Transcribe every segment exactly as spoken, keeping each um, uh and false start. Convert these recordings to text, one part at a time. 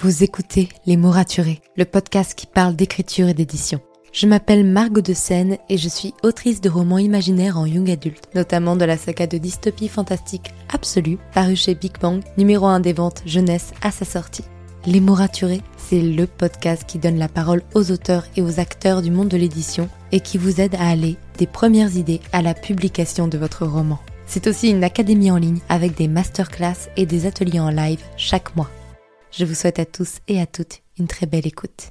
Vous écoutez Les mots raturés, le podcast qui parle d'écriture et d'édition. Je m'appelle Margot de Seine et je suis autrice de romans imaginaires en young adulte, notamment de la saga de dystopie fantastique Absolue, parue chez Big Bang, numéro un des ventes jeunesse à sa sortie. Les mots raturés, c'est le podcast qui donne la parole aux auteurs et aux acteurs du monde de l'édition et qui vous aide à aller des premières idées à la publication de votre roman. C'est aussi une académie en ligne avec des masterclass et des ateliers en live chaque mois. Je vous souhaite à tous et à toutes une très belle écoute.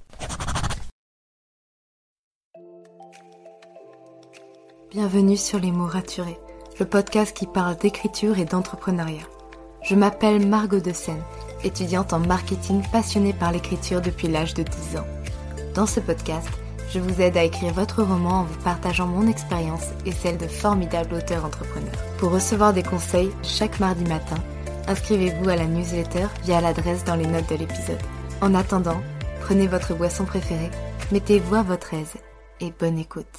Bienvenue sur Les mots raturés, le podcast qui parle d'écriture et d'entrepreneuriat. Je m'appelle Margot de Seine, étudiante en marketing passionnée par l'écriture depuis l'âge de dix ans. Dans ce podcast, je vous aide à écrire votre roman en vous partageant mon expérience et celle de formidables auteurs entrepreneurs. Pour recevoir des conseils chaque mardi matin, inscrivez-vous à la newsletter via l'adresse dans les notes de l'épisode. En attendant, prenez votre boisson préférée, mettez-vous à votre aise et bonne écoute.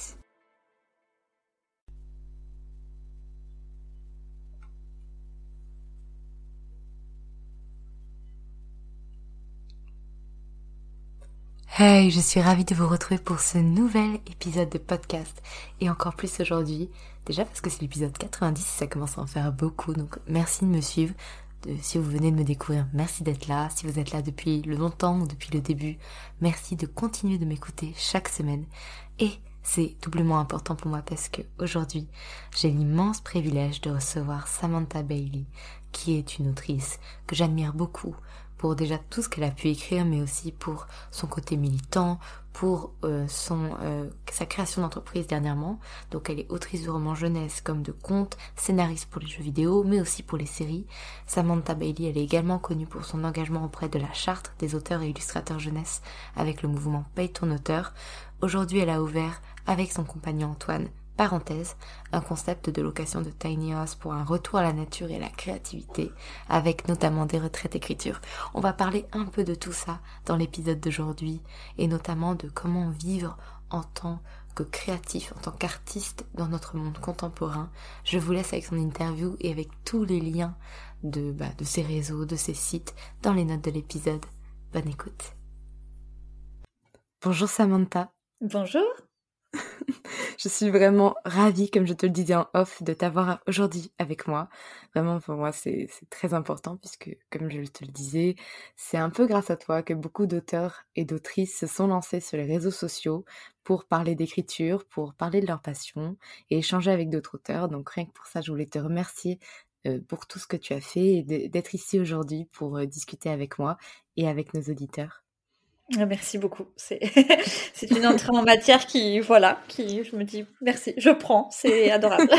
Hey, je suis ravie de vous retrouver pour ce nouvel épisode de podcast et encore plus aujourd'hui, déjà parce que c'est l'épisode quatre-vingt-dix, ça commence à en faire beaucoup, donc merci de me suivre. De, si vous venez de me découvrir, merci d'être là. Si vous êtes là depuis le longtemps ou depuis le début, merci de continuer de m'écouter chaque semaine. Et c'est doublement important pour moi parce que aujourd'hui, j'ai l'immense privilège de recevoir Samantha Bailey, qui est une autrice que j'admire beaucoup pour déjà tout ce qu'elle a pu écrire, mais aussi pour son côté militant, pour euh, son euh, sa création d'entreprise dernièrement. Donc elle est autrice de romans jeunesse comme de contes, scénariste pour les jeux vidéo, mais aussi pour les séries. Samantha Bailey, elle est également connue pour son engagement auprès de la charte des auteurs et illustrateurs jeunesse avec le mouvement Paye ton auteur. Aujourd'hui, elle a ouvert avec son compagnon Antoine, parenthèse, un concept de location de tiny house pour un retour à la nature et à la créativité, avec notamment des retraites écriture. On va parler un peu de tout ça dans l'épisode d'aujourd'hui, et notamment de comment vivre en tant que créatif, en tant qu'artiste dans notre monde contemporain. Je vous laisse avec son interview et avec tous les liens de, bah, de ses réseaux, de ses sites, dans les notes de l'épisode. Bonne écoute. Bonjour Samantha. Bonjour. Je suis vraiment ravie, comme je te le disais en off, de t'avoir aujourd'hui avec moi. Vraiment, pour moi, c'est, c'est très important puisque, comme je te le disais, c'est un peu grâce à toi que beaucoup d'auteurs et d'autrices se sont lancés sur les réseaux sociaux pour parler d'écriture, pour parler de leur passion et échanger avec d'autres auteurs. Donc rien que pour ça, je voulais te remercier euh, pour tout ce que tu as fait et de, d'être ici aujourd'hui pour euh, discuter avec moi et avec nos auditeurs. Merci beaucoup. C'est, c'est une entrée en matière qui, voilà, qui, je me dis merci, je prends, c'est adorable.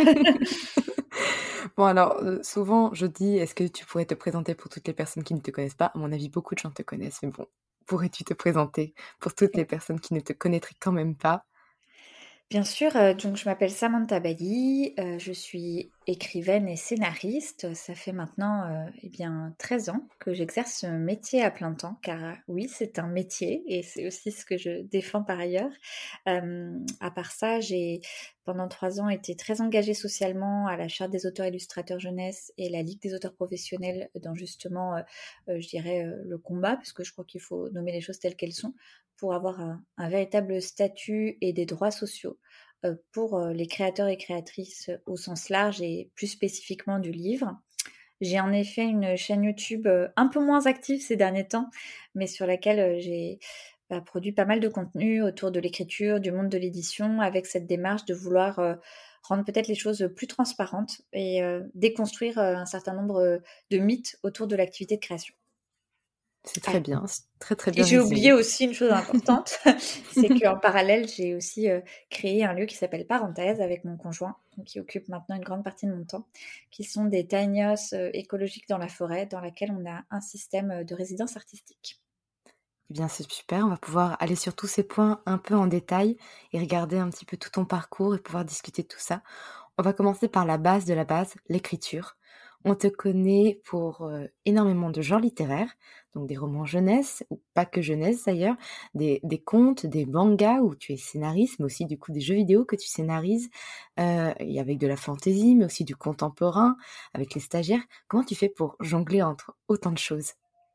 Bon alors, euh, souvent je dis, est-ce que tu pourrais te présenter pour toutes les personnes qui ne te connaissent pas? À mon avis, beaucoup de gens te connaissent, mais bon, pourrais-tu te présenter pour toutes les personnes qui ne te connaîtraient quand même pas? Bien sûr, euh, donc je m'appelle Samantha Bailly, euh, je suis écrivaine et scénariste. Ça fait maintenant euh, eh bien treize ans que j'exerce ce métier à plein temps, car euh, oui, c'est un métier et c'est aussi ce que je défends par ailleurs. Euh, à part ça, j'ai pendant trois ans été très engagée socialement à la Charte des auteurs illustrateurs jeunesse et la Ligue des auteurs professionnels dans justement, euh, euh, je dirais, euh, le combat, parce que je crois qu'il faut nommer les choses telles qu'elles sont, pour avoir un, un véritable statut et des droits sociaux euh, pour euh, les créateurs et créatrices au sens large et plus spécifiquement du livre. J'ai en effet une chaîne YouTube euh, un peu moins active ces derniers temps, mais sur laquelle euh, j'ai bah, produit pas mal de contenu autour de l'écriture, du monde de l'édition, avec cette démarche de vouloir euh, rendre peut-être les choses plus transparentes et euh, déconstruire euh, un certain nombre de mythes autour de l'activité de création. C'est très Ah. bien, c'est très très Et bien j'ai résumé. oublié aussi une chose importante, c'est qu'en parallèle, j'ai aussi euh, créé un lieu qui s'appelle Parenthèse avec mon conjoint, donc qui occupe maintenant une grande partie de mon temps, qui sont des tiny houses euh, écologiques dans la forêt, dans laquelle on a un système de résidence artistique. Eh bien, c'est super, on va pouvoir aller sur tous ces points un peu en détail et regarder un petit peu tout ton parcours et pouvoir discuter de tout ça. On va commencer par la base de la base, l'écriture. On te connaît pour euh, énormément de genres littéraires, donc des romans jeunesse, ou pas que jeunesse d'ailleurs, des, des contes, des mangas où tu es scénariste, mais aussi du coup des jeux vidéo que tu scénarises, euh, et avec de la fantaisie, mais aussi du contemporain, avec les stagiaires. Comment tu fais pour jongler entre autant de choses ?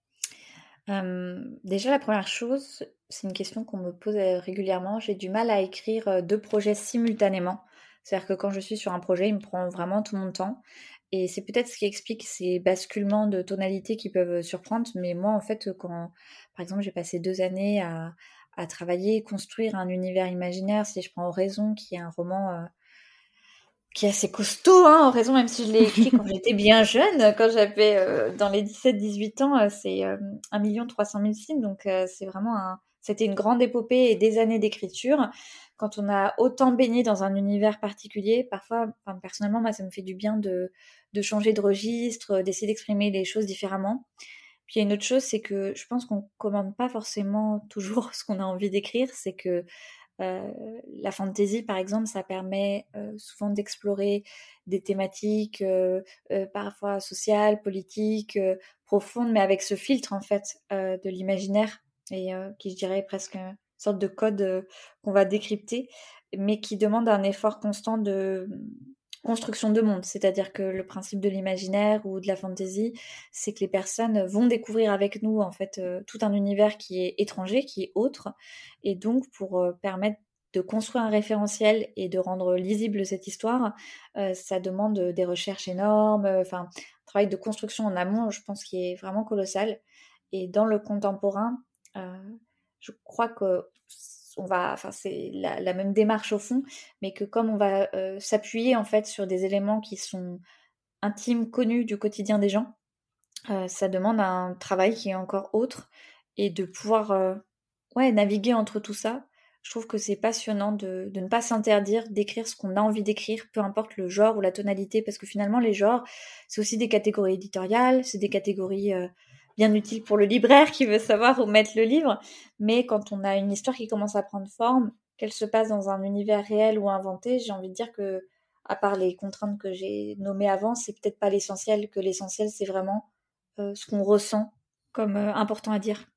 Euh, déjà, la première chose, c'est une question qu'on me pose euh, régulièrement. J'ai du mal à écrire euh, deux projets simultanément. C'est-à-dire que quand je suis sur un projet, il me prend vraiment tout mon temps. Et c'est peut-être ce qui explique ces basculements de tonalité qui peuvent surprendre. Mais moi, en fait, quand, par exemple, j'ai passé deux années à, à travailler, construire un univers imaginaire, si je prends Oraison, qui est un roman euh, qui est assez costaud, hein, Oraison, même si je l'ai écrit quand j'étais bien jeune, quand j'avais euh, dans les dix-sept dix-huit ans, euh, c'est euh, un million trois cent mille signes, donc euh, c'est vraiment un... C'était une grande épopée et des années d'écriture. Quand on a autant baigné dans un univers particulier, parfois, enfin, personnellement, moi, ça me fait du bien de, de changer de registre, d'essayer d'exprimer les choses différemment. Puis il y a une autre chose, c'est que je pense qu'on commande pas forcément toujours ce qu'on a envie d'écrire, c'est que euh, la fantasy, par exemple, ça permet euh, souvent d'explorer des thématiques euh, euh, parfois sociales, politiques, euh, profondes, mais avec ce filtre en fait euh, de l'imaginaire et euh, qui, je dirais, presque une sorte de code euh, qu'on va décrypter, mais qui demande un effort constant de construction de monde. C'est-à-dire que le principe de l'imaginaire ou de la fantasy, c'est que les personnes vont découvrir avec nous en fait euh, tout un univers qui est étranger, qui est autre, et donc pour euh, permettre de construire un référentiel et de rendre lisible cette histoire, euh, ça demande des recherches énormes, euh, enfin un travail de construction en amont, je pense, qui est vraiment colossal. Et dans le contemporain, euh, je crois que on va, enfin c'est la, la même démarche au fond, mais que comme on va euh, s'appuyer en fait sur des éléments qui sont intimes, connus du quotidien des gens, euh, ça demande un travail qui est encore autre et de pouvoir euh, ouais, naviguer entre tout ça. Je trouve que c'est passionnant de, de ne pas s'interdire d'écrire ce qu'on a envie d'écrire, peu importe le genre ou la tonalité, parce que finalement les genres, c'est aussi des catégories éditoriales, c'est des catégories euh, bien utiles pour le libraire qui veut savoir où mettre le livre, mais quand on a une histoire qui commence à prendre forme, qu'elle se passe dans un univers réel ou inventé, j'ai envie de dire que, à part les contraintes que j'ai nommées avant, c'est peut-être pas l'essentiel, que l'essentiel c'est vraiment euh, ce qu'on ressent comme euh, important à dire.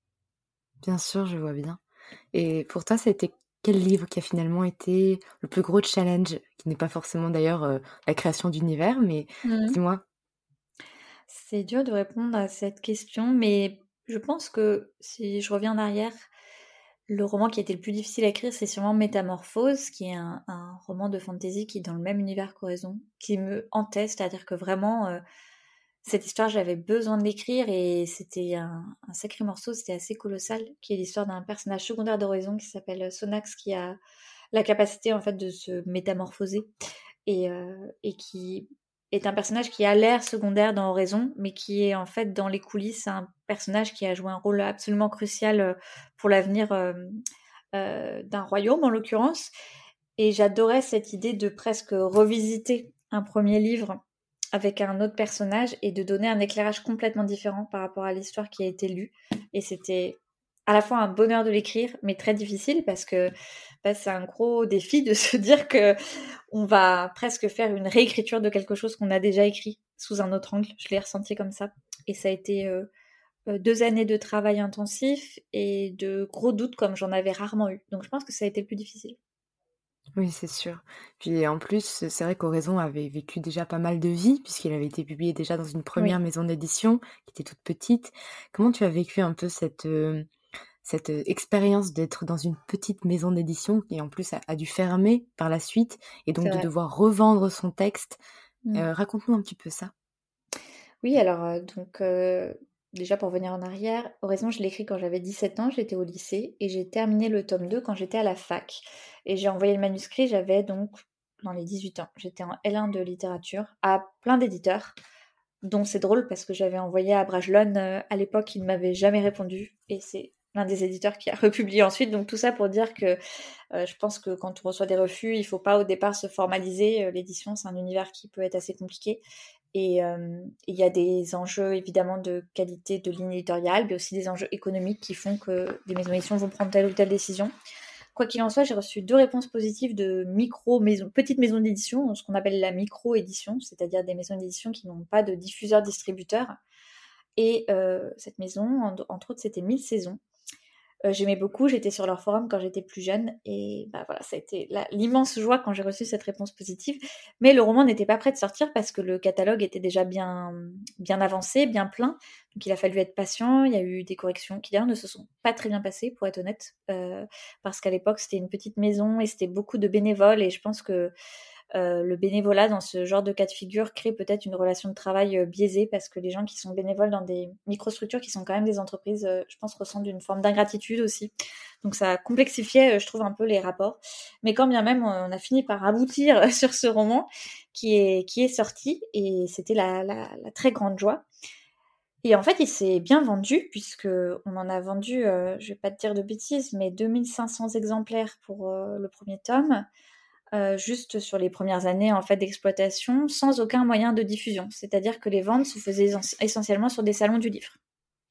Bien sûr, je vois bien. Et pour toi, c'était quel livre qui a finalement été le plus gros challenge, qui n'est pas forcément d'ailleurs euh, la création d'univers, mais Mmh. dis-moi. C'est dur de répondre à cette question, mais je pense que si je reviens en arrière, le roman qui a été le plus difficile à écrire, c'est sûrement Métamorphose, qui est un, un roman de fantasy qui est dans le même univers qu'Horizon, qui me hantait, c'est-à-dire que vraiment, euh, cette histoire, j'avais besoin de l'écrire et c'était un, un sacré morceau, c'était assez colossal, qui est l'histoire d'un personnage secondaire d'Horizon qui s'appelle Sonax, qui a la capacité en fait de se métamorphoser et, euh, et qui est un personnage qui a l'air secondaire dans Horizon, mais qui est en fait dans les coulisses un personnage qui a joué un rôle absolument crucial euh, pour l'avenir euh, euh, d'un royaume en l'occurrence. Et j'adorais cette idée de presque revisiter un premier livre avec un autre personnage et de donner un éclairage complètement différent par rapport à l'histoire qui a été lue. Et c'était à la fois un bonheur de l'écrire, mais très difficile parce que bah, c'est un gros défi de se dire que on va presque faire une réécriture de quelque chose qu'on a déjà écrit sous un autre angle. Je l'ai ressenti comme ça. Et ça a été euh, euh, deux années de travail intensif et de gros doutes comme j'en avais rarement eu. Donc je pense que ça a été le plus difficile. Oui, c'est sûr. Puis en plus, c'est vrai qu'Horizon avait vécu déjà pas mal de vie, puisqu'il avait été publié déjà dans une première Oui. maison d'édition, qui était toute petite. Comment tu as vécu un peu cette, euh, cette euh, expérience d'être dans une petite maison d'édition qui en plus a, a dû fermer par la suite, et C'est donc de vrai. devoir revendre son texte? Mm. Euh, raconte-nous un petit peu ça. Oui, alors, euh, donc, euh, déjà pour venir en arrière, Horizon, je l'ai écrit quand j'avais dix-sept ans, j'étais au lycée, et j'ai terminé le tome deux quand j'étais à la fac. Et j'ai envoyé le manuscrit, j'avais donc dans les dix-huit ans. J'étais en L un de littérature, à plein d'éditeurs, dont c'est drôle parce que j'avais envoyé à Brajlon euh, à l'époque, il ne m'avait jamais répondu, et c'est l'un des éditeurs qui a republié ensuite. Donc tout ça pour dire que euh, je pense que quand on reçoit des refus, il ne faut pas au départ se formaliser. Euh, L'édition, c'est un univers qui peut être assez compliqué. Et euh, il y a des enjeux évidemment de qualité de ligne éditoriale, mais aussi des enjeux économiques qui font que des maisons d'édition vont prendre telle ou telle décision. Quoi qu'il en soit, j'ai reçu deux réponses positives de micro maisons, petites maisons d'édition, ce qu'on appelle la micro-édition, c'est-à-dire des maisons d'édition qui n'ont pas de diffuseur-distributeur. Et euh, cette maison, entre autres, c'était mille saisons. Euh, j'aimais beaucoup, j'étais sur leur forum quand j'étais plus jeune et bah voilà, ça a été la- l'immense joie quand j'ai reçu cette réponse positive. Mais le roman n'était pas prêt de sortir parce que le catalogue était déjà bien, bien avancé, bien plein. Donc il a fallu être patient. Il y a eu des corrections qui d'ailleurs ne se sont pas très bien passées, pour être honnête, euh, parce qu'à l'époque c'était une petite maison et c'était beaucoup de bénévoles et je pense que euh, le bénévolat dans ce genre de cas de figure crée peut-être une relation de travail euh, biaisée parce que les gens qui sont bénévoles dans des microstructures qui sont quand même des entreprises, euh, je pense, ressentent une forme d'ingratitude aussi. Donc ça complexifiait, euh, je trouve, un peu les rapports. Mais quand bien même, on a fini par aboutir sur ce roman qui est, qui est sorti et c'était la, la, la très grande joie. Et en fait, il s'est bien vendu puisque on en a vendu, euh, je vais pas te dire de bêtises, mais deux mille cinq cents exemplaires pour euh, le premier tome. Euh, juste sur les premières années en fait d'exploitation, sans aucun moyen de diffusion. C'est-à-dire que les ventes se faisaient essentiellement sur des salons du livre.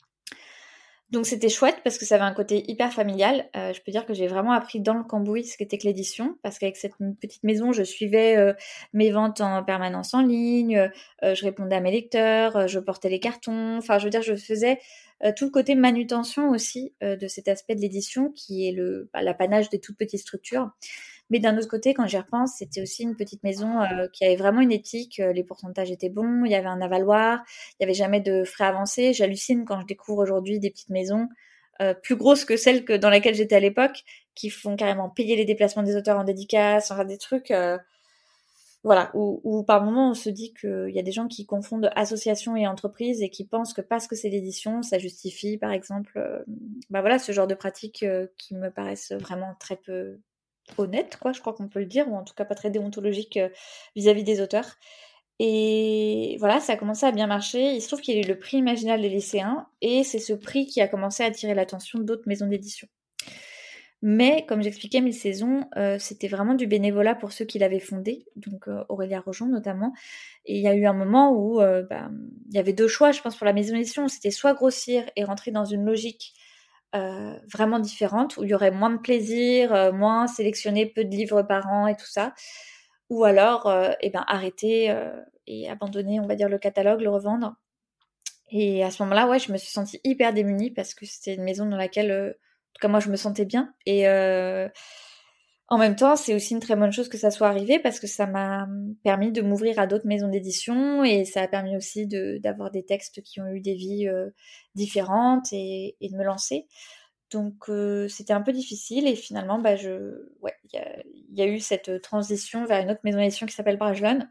Donc c'était chouette parce que ça avait un côté hyper familial. Euh, je peux dire que j'ai vraiment appris dans le cambouis ce qu'était que l'édition, parce qu'avec cette petite maison, je suivais euh, mes ventes en permanence en ligne, euh, je répondais à mes lecteurs, euh, je portais les cartons. Enfin, je veux dire, je faisais euh, tout le côté manutention aussi euh, de cet aspect de l'édition qui est le bah, l'apanage des toutes petites structures. Mais d'un autre côté, quand j'y repense, c'était aussi une petite maison euh, qui avait vraiment une éthique. Euh, les pourcentages étaient bons, il y avait un avaloir, il n'y avait jamais de frais avancés. J'hallucine quand je découvre aujourd'hui des petites maisons euh, plus grosses que celles que dans laquelle j'étais à l'époque, qui font carrément payer les déplacements des auteurs en dédicace, enfin des trucs... Euh, voilà, où, où par moment on se dit qu'il y a des gens qui confondent association et entreprise et qui pensent que parce que c'est l'édition, ça justifie par exemple euh, bah voilà, ce genre de pratiques euh, qui me paraissent vraiment très peu honnêtes, quoi, je crois qu'on peut le dire, ou en tout cas pas très déontologiques euh, vis-à-vis des auteurs. Et voilà, ça a commencé à bien marcher. Il se trouve qu'il y a eu le prix Imaginal des lycéens et c'est ce prix qui a commencé à attirer l'attention d'autres maisons d'édition. Mais comme j'expliquais, Mille Saisons, euh, c'était vraiment du bénévolat pour ceux qui l'avaient fondé, donc euh, Aurélia Rojon notamment. Et il y a eu un moment où euh, bah, il y avait deux choix, je pense, pour la maison d'édition. C'était soit grossir et rentrer dans une logique euh, vraiment différente, où il y aurait moins de plaisir, euh, moins sélectionner peu de livres par an et tout ça, ou alors euh, eh ben, arrêter euh, et abandonner, on va dire, le catalogue, le revendre. Et à ce moment-là, ouais, je me suis sentie hyper démunie parce que c'était une maison dans laquelle, euh, en tout cas moi, je me sentais bien. Et euh, en même temps, c'est aussi une très bonne chose que ça soit arrivé parce que ça m'a permis de m'ouvrir à d'autres maisons d'édition et ça a permis aussi de, d'avoir des textes qui ont eu des vies euh, différentes et, et de me lancer. Donc euh, c'était un peu difficile et finalement, bah, je, ouais, il y a, y a eu cette transition vers une autre maison d'édition qui s'appelle Brajlon.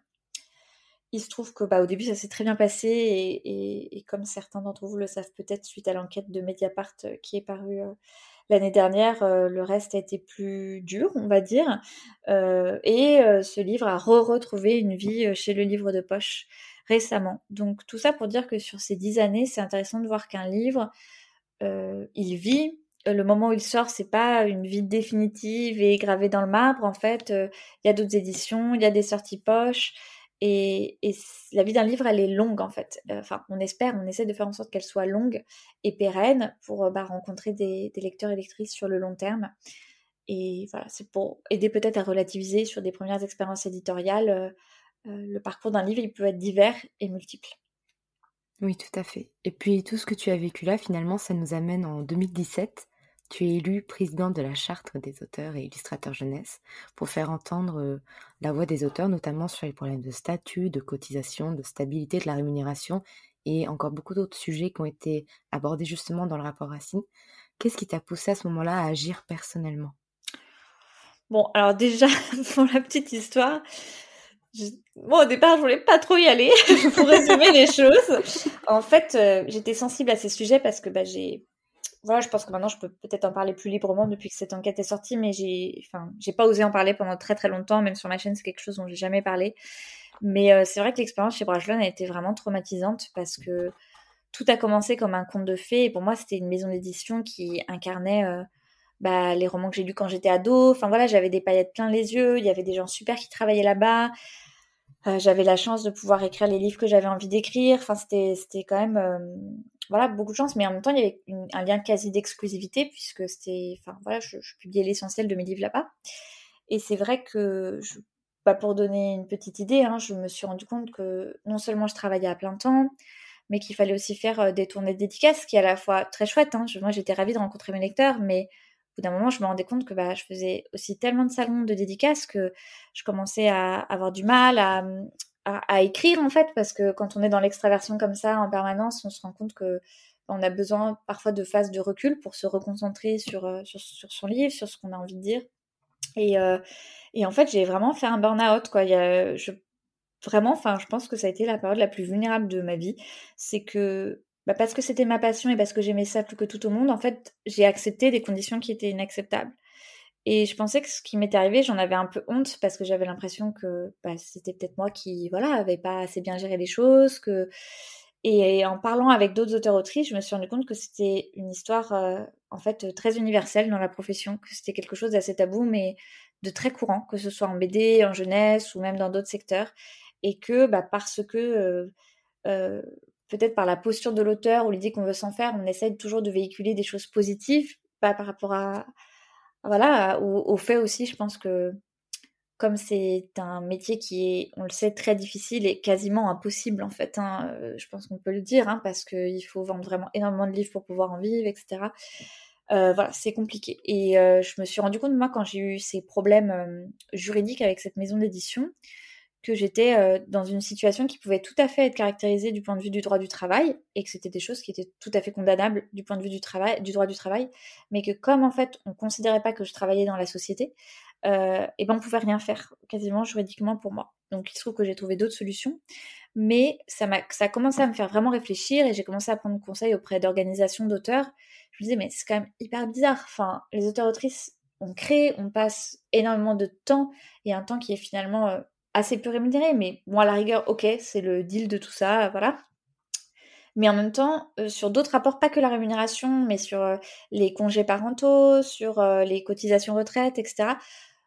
Il se trouve que bah, au début ça s'est très bien passé et, et, et comme certains d'entre vous le savent peut-être suite à l'enquête de Mediapart euh, qui est parue euh, l'année dernière, euh, le reste a été plus dur, on va dire. Euh, et euh, ce livre a re-retrouvé une vie euh, chez le livre de poche récemment. Donc tout ça pour dire que sur ces dix années, c'est intéressant de voir qu'un livre, euh, il vit. Le moment où il sort, c'est pas une vie définitive et gravée dans le marbre. En fait, euh, il y a d'autres éditions, il y a des sorties poches. Et, et la vie d'un livre, elle est longue en fait. Enfin, on espère, on essaie de faire en sorte qu'elle soit longue et pérenne pour bah, rencontrer des, des lecteurs et lectrices sur le long terme. Et voilà, c'est pour aider peut-être à relativiser sur des premières expériences éditoriales. Euh, euh, le parcours d'un livre, il peut être divers et multiple. Oui, tout à fait. Et puis tout ce que tu as vécu là, finalement, ça nous amène en deux mille dix-sept. Tu es élu président de la Charte des auteurs et illustrateurs jeunesse pour faire entendre euh, la voix des auteurs, notamment sur les problèmes de statut, de cotisation, de stabilité de la rémunération et encore beaucoup d'autres sujets qui ont été abordés justement dans le rapport Racine. Qu'est-ce qui t'a poussé à ce moment-là à agir personnellement? Bon, alors déjà, pour la petite histoire, je... bon, au départ, je voulais pas trop y aller, pour résumer les choses. En fait, euh, j'étais sensible à ces sujets parce que bah, j'ai... Voilà, je pense que maintenant, je peux peut-être en parler plus librement depuis que cette enquête est sortie, mais j'ai, enfin, j'ai pas osé en parler pendant très très longtemps, même sur ma chaîne, c'est quelque chose dont j'ai jamais parlé. Mais euh, c'est vrai que l'expérience chez Brajlon a été vraiment traumatisante parce que tout a commencé comme un conte de fées et pour moi, c'était une maison d'édition qui incarnait... Euh, bah, les romans que j'ai lus quand j'étais ado. Enfin voilà, j'avais des paillettes plein les yeux. Il y avait des gens super qui travaillaient là-bas. Euh, j'avais la chance de pouvoir écrire les livres que j'avais envie d'écrire. Enfin, c'était, c'était quand même, euh, voilà, beaucoup de chance. Mais en même temps, il y avait une, un lien quasi d'exclusivité puisque c'était, enfin voilà, je, je publiais l'essentiel de mes livres là-bas. Et c'est vrai que, je, bah, pour donner une petite idée, hein, je me suis rendu compte que non seulement je travaillais à plein temps, mais qu'il fallait aussi faire euh, des tournées de dédicaces, ce qui est à la fois très chouette. Hein. Je, moi, j'étais ravie de rencontrer mes lecteurs, mais au bout d'un moment, je me rendais compte que bah, je faisais aussi tellement de salons de dédicaces que je commençais à avoir du mal à, à, à écrire, en fait, parce que quand on est dans l'extraversion comme ça en permanence, on se rend compte que on a besoin parfois de phases de recul pour se reconcentrer sur, euh, sur, sur son livre, sur ce qu'on a envie de dire. Et, euh, et en fait, j'ai vraiment fait un burn-out, quoi. Il y a, je, vraiment, enfin, je pense que ça a été la période la plus vulnérable de ma vie. C'est que, bah, parce que c'était ma passion et parce que j'aimais ça plus que tout au monde, en fait, j'ai accepté des conditions qui étaient inacceptables. Et je pensais que ce qui m'était arrivé, j'en avais un peu honte parce que j'avais l'impression que bah, c'était peut-être moi qui, voilà, avait pas assez bien géré les choses, que... Et en parlant avec d'autres auteurs-autrices, je me suis rendu compte que c'était une histoire, euh, en fait, très universelle dans la profession, que c'était quelque chose d'assez tabou, mais de très courant, que ce soit en B D, en jeunesse ou même dans d'autres secteurs. Et que, bah, parce que, euh, euh, peut-être par la posture de l'auteur ou l'idée qu'on veut s'en faire, on essaie toujours de véhiculer des choses positives, pas par rapport à, voilà, au, au fait aussi, je pense que comme c'est un métier qui est, on le sait, très difficile et quasiment impossible en fait, hein, euh, je pense qu'on peut le dire, hein, parce qu'il faut vendre vraiment énormément de livres pour pouvoir en vivre, et cetera. Euh, voilà, c'est compliqué. Et euh, je me suis rendu compte, moi, quand j'ai eu ces problèmes euh, juridiques avec cette maison d'édition, que j'étais euh, dans une situation qui pouvait tout à fait être caractérisée du point de vue du droit du travail, et que c'était des choses qui étaient tout à fait condamnables du point de vue du travail, du droit du travail, mais que comme en fait on considérait pas que je travaillais dans la société, euh, et ben on pouvait rien faire quasiment juridiquement pour moi. Donc il se trouve que j'ai trouvé d'autres solutions, mais ça m'a, ça a commencé à me faire vraiment réfléchir et j'ai commencé à prendre conseil auprès d'organisations d'auteurs. Je me disais mais c'est quand même hyper bizarre. Enfin, les auteurs-autrices on crée, on passe énormément de temps et un temps qui est finalement euh, assez peu rémunéré, mais bon, à la rigueur, ok, c'est le deal de tout ça, voilà. Mais en même temps, euh, sur d'autres rapports, pas que la rémunération, mais sur euh, les congés parentaux, sur euh, les cotisations retraite, et cetera,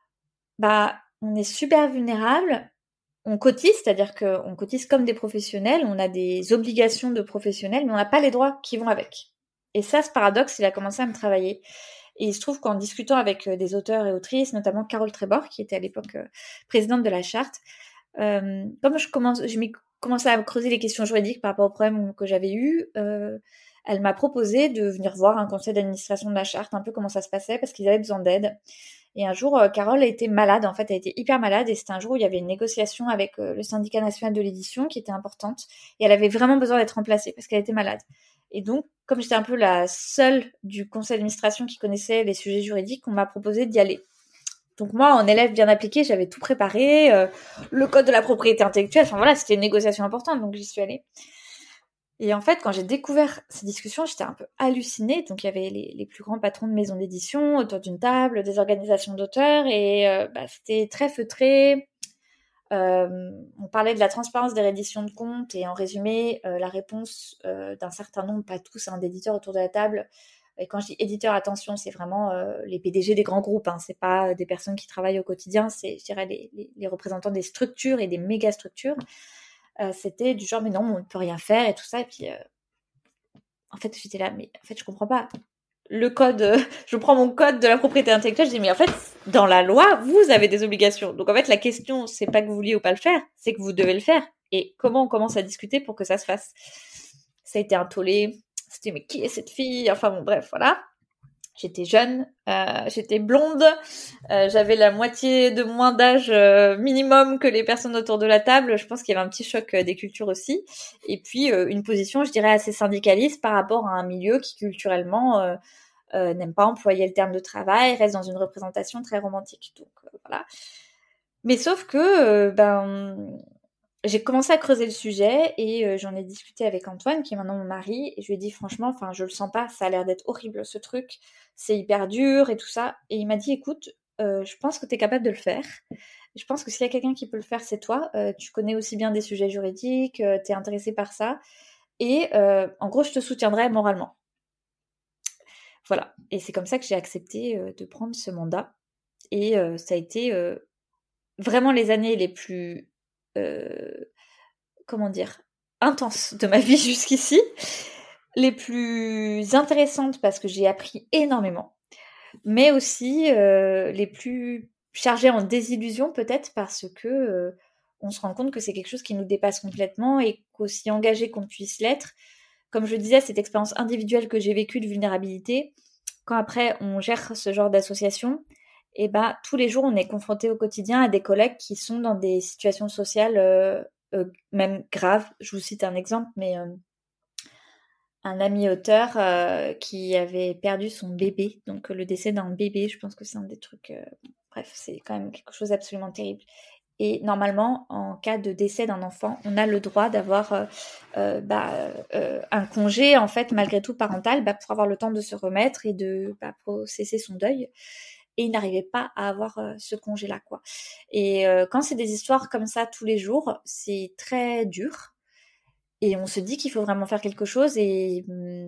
bah, on est super vulnérable. On cotise, c'est-à-dire qu'on cotise comme des professionnels, on a des obligations de professionnels, mais on n'a pas les droits qui vont avec. Et ça, ce paradoxe, il a commencé à me travailler. Et il se trouve qu'en discutant avec des auteurs et autrices, notamment Carole Trébor, qui était à l'époque euh, présidente de la Charte, euh, comme je commence, je m'ai commencé à creuser les questions juridiques par rapport aux problèmes que j'avais eus, euh, elle m'a proposé de venir voir un conseil d'administration de la Charte, un peu comment ça se passait, parce qu'ils avaient besoin d'aide. Et un jour, euh, Carole a été malade, en fait, elle était hyper malade, et c'était un jour où il y avait une négociation avec euh, le syndicat national de l'édition qui était importante, et elle avait vraiment besoin d'être remplacée parce qu'elle était malade. Et donc, comme j'étais un peu la seule du conseil d'administration qui connaissait les sujets juridiques, on m'a proposé d'y aller. Donc moi, en élève bien appliqué, j'avais tout préparé, euh, le code de la propriété intellectuelle, enfin voilà, c'était une négociation importante, donc j'y suis allée. Et en fait, quand j'ai découvert ces discussions, j'étais un peu hallucinée. Donc il y avait les, les plus grands patrons de maisons d'édition autour d'une table, des organisations d'auteurs, et euh, bah, c'était très feutré. Euh, on parlait de la transparence des redditions de comptes, et en résumé, euh, la réponse euh, d'un certain nombre, pas tous, hein, d'éditeurs autour de la table. Et quand je dis éditeurs, attention, c'est vraiment euh, les P D G des grands groupes, hein, c'est pas des personnes qui travaillent au quotidien, c'est, je dirais, les, les, les représentants des structures et des méga structures. Euh, c'était du genre, mais non, on ne peut rien faire et tout ça. Et puis, euh, en fait, j'étais là, mais en fait, je comprends pas. Le code, euh, je prends mon code de la propriété intellectuelle, je dis, mais en fait, dans la loi, vous avez des obligations. Donc, en fait, la question, c'est pas que vous vouliez ou pas le faire, c'est que vous devez le faire. Et comment on commence à discuter pour que ça se fasse? Ça a été un tollé. C'était, mais qui est cette fille? Enfin, bon, bref, voilà. J'étais jeune, euh, j'étais blonde, euh, j'avais la moitié de moins d'âge euh, minimum que les personnes autour de la table. Je pense qu'il y avait un petit choc euh, des cultures aussi. Et puis euh, une position, je dirais, assez syndicaliste par rapport à un milieu qui culturellement euh, euh, n'aime pas employer le terme de travail, reste dans une représentation très romantique. Donc euh, voilà. Mais sauf que euh, ben j'ai commencé à creuser le sujet et euh, j'en ai discuté avec Antoine, qui est maintenant mon mari, et je lui ai dit franchement, enfin je le sens pas, ça a l'air d'être horrible ce truc, c'est hyper dur et tout ça. Et il m'a dit écoute, euh, je pense que tu es capable de le faire. Je pense que s'il y a quelqu'un qui peut le faire, c'est toi. Euh, tu connais aussi bien des sujets juridiques, euh, tu es intéressé par ça. Et euh, en gros, je te soutiendrai moralement. Voilà. Et c'est comme ça que j'ai accepté euh, de prendre ce mandat. Et euh, ça a été euh, vraiment les années les plus... Euh, comment dire, intenses de ma vie jusqu'ici, les plus intéressantes parce que j'ai appris énormément, mais aussi euh, les plus chargées en désillusion peut-être parce que euh, on se rend compte que c'est quelque chose qui nous dépasse complètement et qu'aussi engagé qu'on puisse l'être, comme je le disais, cette expérience individuelle que j'ai vécue de vulnérabilité, quand après on gère ce genre d'association, et ben tous les jours on est confronté au quotidien à des collègues qui sont dans des situations sociales euh, euh, même graves. Je vous cite un exemple, mais euh, un ami auteur euh, qui avait perdu son bébé, donc euh, le décès d'un bébé, je pense que c'est un des trucs, euh, bref, c'est quand même quelque chose d'absolument terrible. Et normalement, en cas de décès d'un enfant, on a le droit d'avoir euh, euh, bah, euh, un congé, en fait, malgré tout parental, bah, pour avoir le temps de se remettre et de bah, processer son deuil. Et il n'arrivait pas à avoir euh, ce congé-là, quoi. Et euh, quand c'est des histoires comme ça tous les jours, c'est très dur. Et on se dit qu'il faut vraiment faire quelque chose et,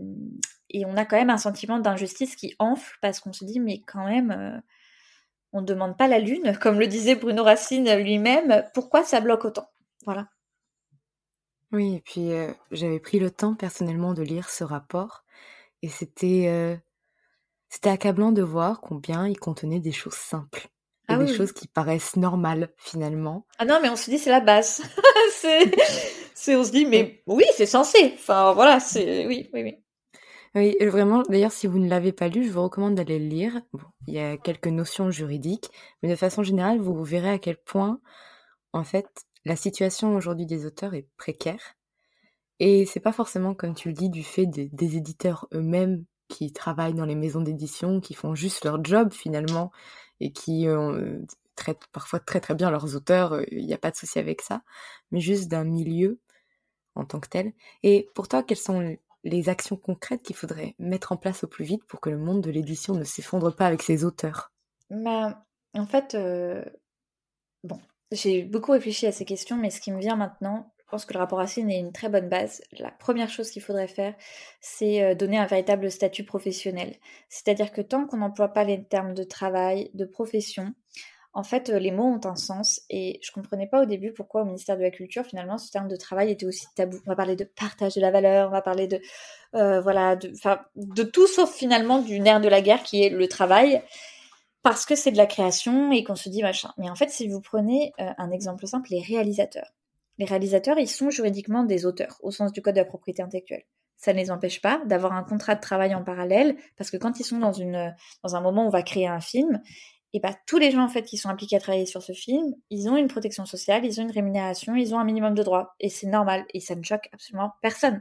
et on a quand même un sentiment d'injustice qui enfle parce qu'on se dit, mais quand même, euh, on ne demande pas la lune, comme le disait Bruno Racine lui-même, pourquoi ça bloque autant? Voilà. Oui, et puis euh, j'avais pris le temps personnellement de lire ce rapport et c'était, euh, c'était accablant de voir combien il contenait des choses simples et Ah des oui, oui. choses qui paraissent normales finalement. Ah non, mais on se dit, c'est la base. c'est, c'est, on se dit, Oui, mais oui, c'est censé. Enfin, voilà, c'est, oui, oui, oui. oui, et vraiment, d'ailleurs, si vous ne l'avez pas lu, je vous recommande d'aller le lire. Bon, il y a quelques notions juridiques, mais de façon générale, vous verrez à quel point, en fait, la situation aujourd'hui des auteurs est précaire. Et c'est pas forcément, comme tu le dis, du fait des, des éditeurs eux-mêmes qui travaillent dans les maisons d'édition, qui font juste leur job finalement, et qui euh, traitent parfois très très bien leurs auteurs, il n'y a pas de souci avec ça, mais juste d'un milieu en tant que tel. Et pour toi, quelles sont les actions concrètes qu'il faudrait mettre en place au plus vite pour que le monde de l'édition ne s'effondre pas avec ses auteurs? Bah, en fait, euh, bon, j'ai beaucoup réfléchi à ces questions, mais ce qui me vient maintenant, je pense que le rapport Racine est une très bonne base. La première chose qu'il faudrait faire, c'est euh, donner un véritable statut professionnel. C'est-à-dire que tant qu'on n'emploie pas les termes de travail, de profession, en fait, euh, les mots ont un sens et je comprenais pas au début pourquoi au ministère de la Culture, finalement, ce terme de travail était aussi tabou. On va parler de partage de la valeur, on va parler de, euh, voilà, de, enfin, de tout sauf finalement du nerf de la guerre qui est le travail parce que c'est de la création et qu'on se dit machin. Mais en fait, si vous prenez euh, un exemple simple, les réalisateurs. Les réalisateurs, ils sont juridiquement des auteurs, au sens du code de la propriété intellectuelle. Ça ne les empêche pas d'avoir un contrat de travail en parallèle, parce que quand ils sont dans, une, dans un moment où on va créer un film, et bah, tous les gens en fait qui sont impliqués à travailler sur ce film, ils ont une protection sociale, ils ont une rémunération, ils ont un minimum de droits. Et c'est normal, et ça ne choque absolument personne.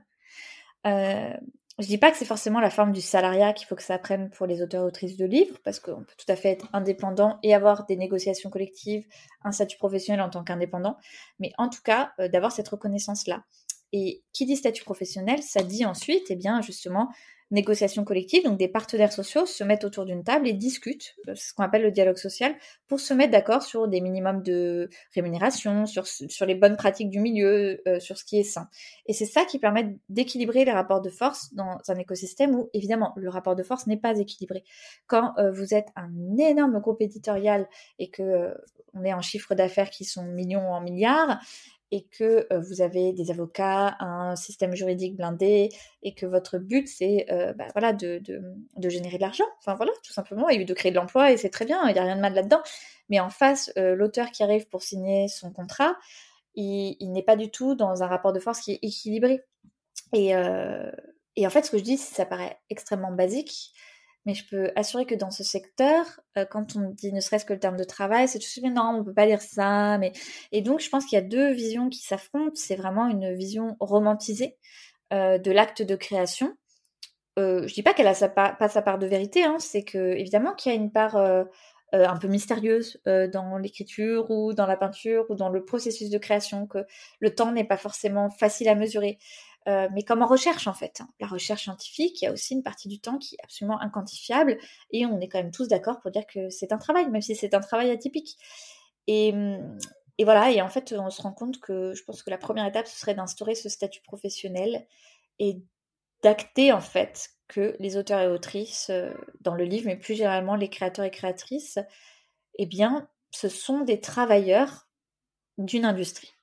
Euh, je dis pas que c'est forcément la forme du salariat qu'il faut que ça prenne pour les auteurs et autrices de livres, parce qu'on peut tout à fait être indépendant et avoir des négociations collectives, un statut professionnel en tant qu'indépendant, mais en tout cas, euh, d'avoir cette reconnaissance-là. Et qui dit statut professionnel, ça dit ensuite, eh bien, justement, négociation collective, donc des partenaires sociaux se mettent autour d'une table et discutent, c'est ce qu'on appelle le dialogue social, pour se mettre d'accord sur des minimums de rémunération, sur, sur les bonnes pratiques du milieu, euh, sur ce qui est sain. Et c'est ça qui permet d'équilibrer les rapports de force dans un écosystème où, évidemment, le rapport de force n'est pas équilibré. Quand euh, vous êtes un énorme groupe éditorial et que euh, on est en chiffre d'affaires qui sont millions en milliards, et que euh, vous avez des avocats, un système juridique blindé, et que votre but, c'est euh, bah, voilà, de, de, de générer de l'argent, enfin voilà, tout simplement, et de créer de l'emploi, et c'est très bien, il n'y a rien de mal là-dedans. Mais en face, euh, l'auteur qui arrive pour signer son contrat, il, il n'est pas du tout dans un rapport de force qui est équilibré. Et, euh, et en fait, ce que je dis, ça paraît extrêmement basique, mais je peux assurer que dans ce secteur, euh, quand on dit ne serait-ce que le terme de travail, c'est tout de suite, mais non, on peut pas dire ça. Mais... Et donc, je pense qu'il y a deux visions qui s'affrontent. C'est vraiment une vision romantisée euh, de l'acte de création. Euh, je dis pas qu'elle a sa pa- pas sa part de vérité, hein, c'est que évidemment qu'il y a une part euh, euh, un peu mystérieuse euh, dans l'écriture ou dans la peinture ou dans le processus de création, que le temps n'est pas forcément facile à mesurer. Euh, mais comme en recherche en fait, hein. La recherche scientifique, il y a aussi une partie du temps qui est absolument inquantifiable et on est quand même tous d'accord pour dire que c'est un travail, même si c'est un travail atypique. Et, et voilà, et en fait on se rend compte que je pense que la première étape ce serait d'instaurer ce statut professionnel et d'acter en fait que les auteurs et autrices euh, dans le livre, mais plus généralement les créateurs et créatrices, eh bien, ce sont des travailleurs d'une industrie.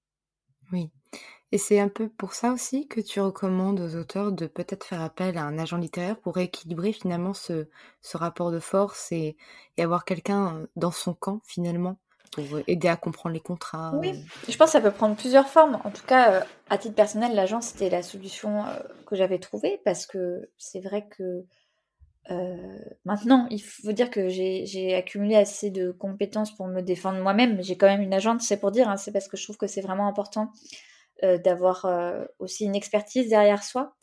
Oui. Et c'est un peu pour ça aussi que tu recommandes aux auteurs de peut-être faire appel à un agent littéraire pour rééquilibrer finalement ce, ce rapport de force et, et avoir quelqu'un dans son camp finalement pour aider à comprendre les contrats? Oui, je pense que ça peut prendre plusieurs formes. En tout cas, euh, à titre personnel, l'agence, c'était la solution euh, que j'avais trouvée parce que c'est vrai que euh, maintenant, il faut dire que j'ai, j'ai accumulé assez de compétences pour me défendre moi-même. J'ai quand même une agence, c'est pour dire, hein, c'est parce que je trouve que c'est vraiment important euh, d'avoir euh, aussi une expertise derrière soi.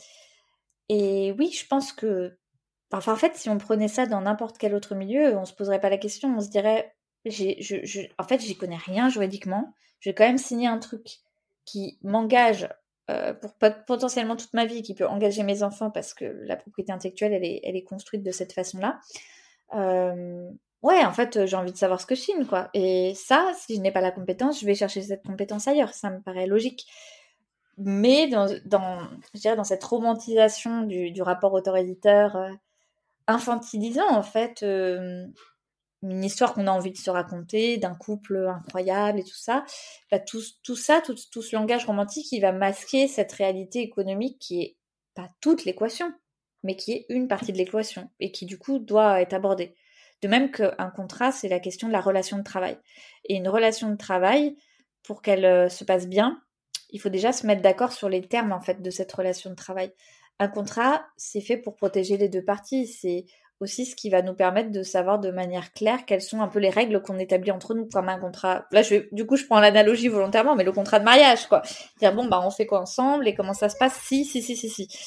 Et oui, je pense que, enfin, en fait, si on prenait ça dans n'importe quel autre milieu, on se poserait pas la question. On se dirait, j'ai, je, je, en fait, j'y connais rien juridiquement. Je vais quand même signer un truc qui m'engage euh, pour pot- potentiellement toute ma vie, qui peut engager mes enfants parce que la propriété intellectuelle, elle est, elle est construite de cette façon-là. Euh, ouais, en fait, j'ai envie de savoir ce que je signe, quoi. Et ça, si je n'ai pas la compétence, je vais chercher cette compétence ailleurs. Ça me paraît logique. Mais dans, dans, je dirais dans cette romantisation du, du rapport auteur-éditeur, euh, infantilisant en fait euh, une histoire qu'on a envie de se raconter, d'un couple incroyable et tout ça, bah, tout, tout ça, tout, tout ce langage romantique, il va masquer cette réalité économique qui est pas toute l'équation, mais qui est une partie de l'équation et qui du coup doit être abordée. De même qu'un contrat, c'est la question de la relation de travail. Et une relation de travail, pour qu'elle euh, se passe bien, il faut déjà se mettre d'accord sur les termes en fait de cette relation de travail. Un contrat, c'est fait pour protéger les deux parties. C'est aussi ce qui va nous permettre de savoir de manière claire quelles sont un peu les règles qu'on établit entre nous, comme un contrat. Là, je vais, du coup, je prends l'analogie volontairement, mais le contrat de mariage, quoi. Dire bon, bah, on fait quoi ensemble et comment ça se passe? Si, si, si, si, si.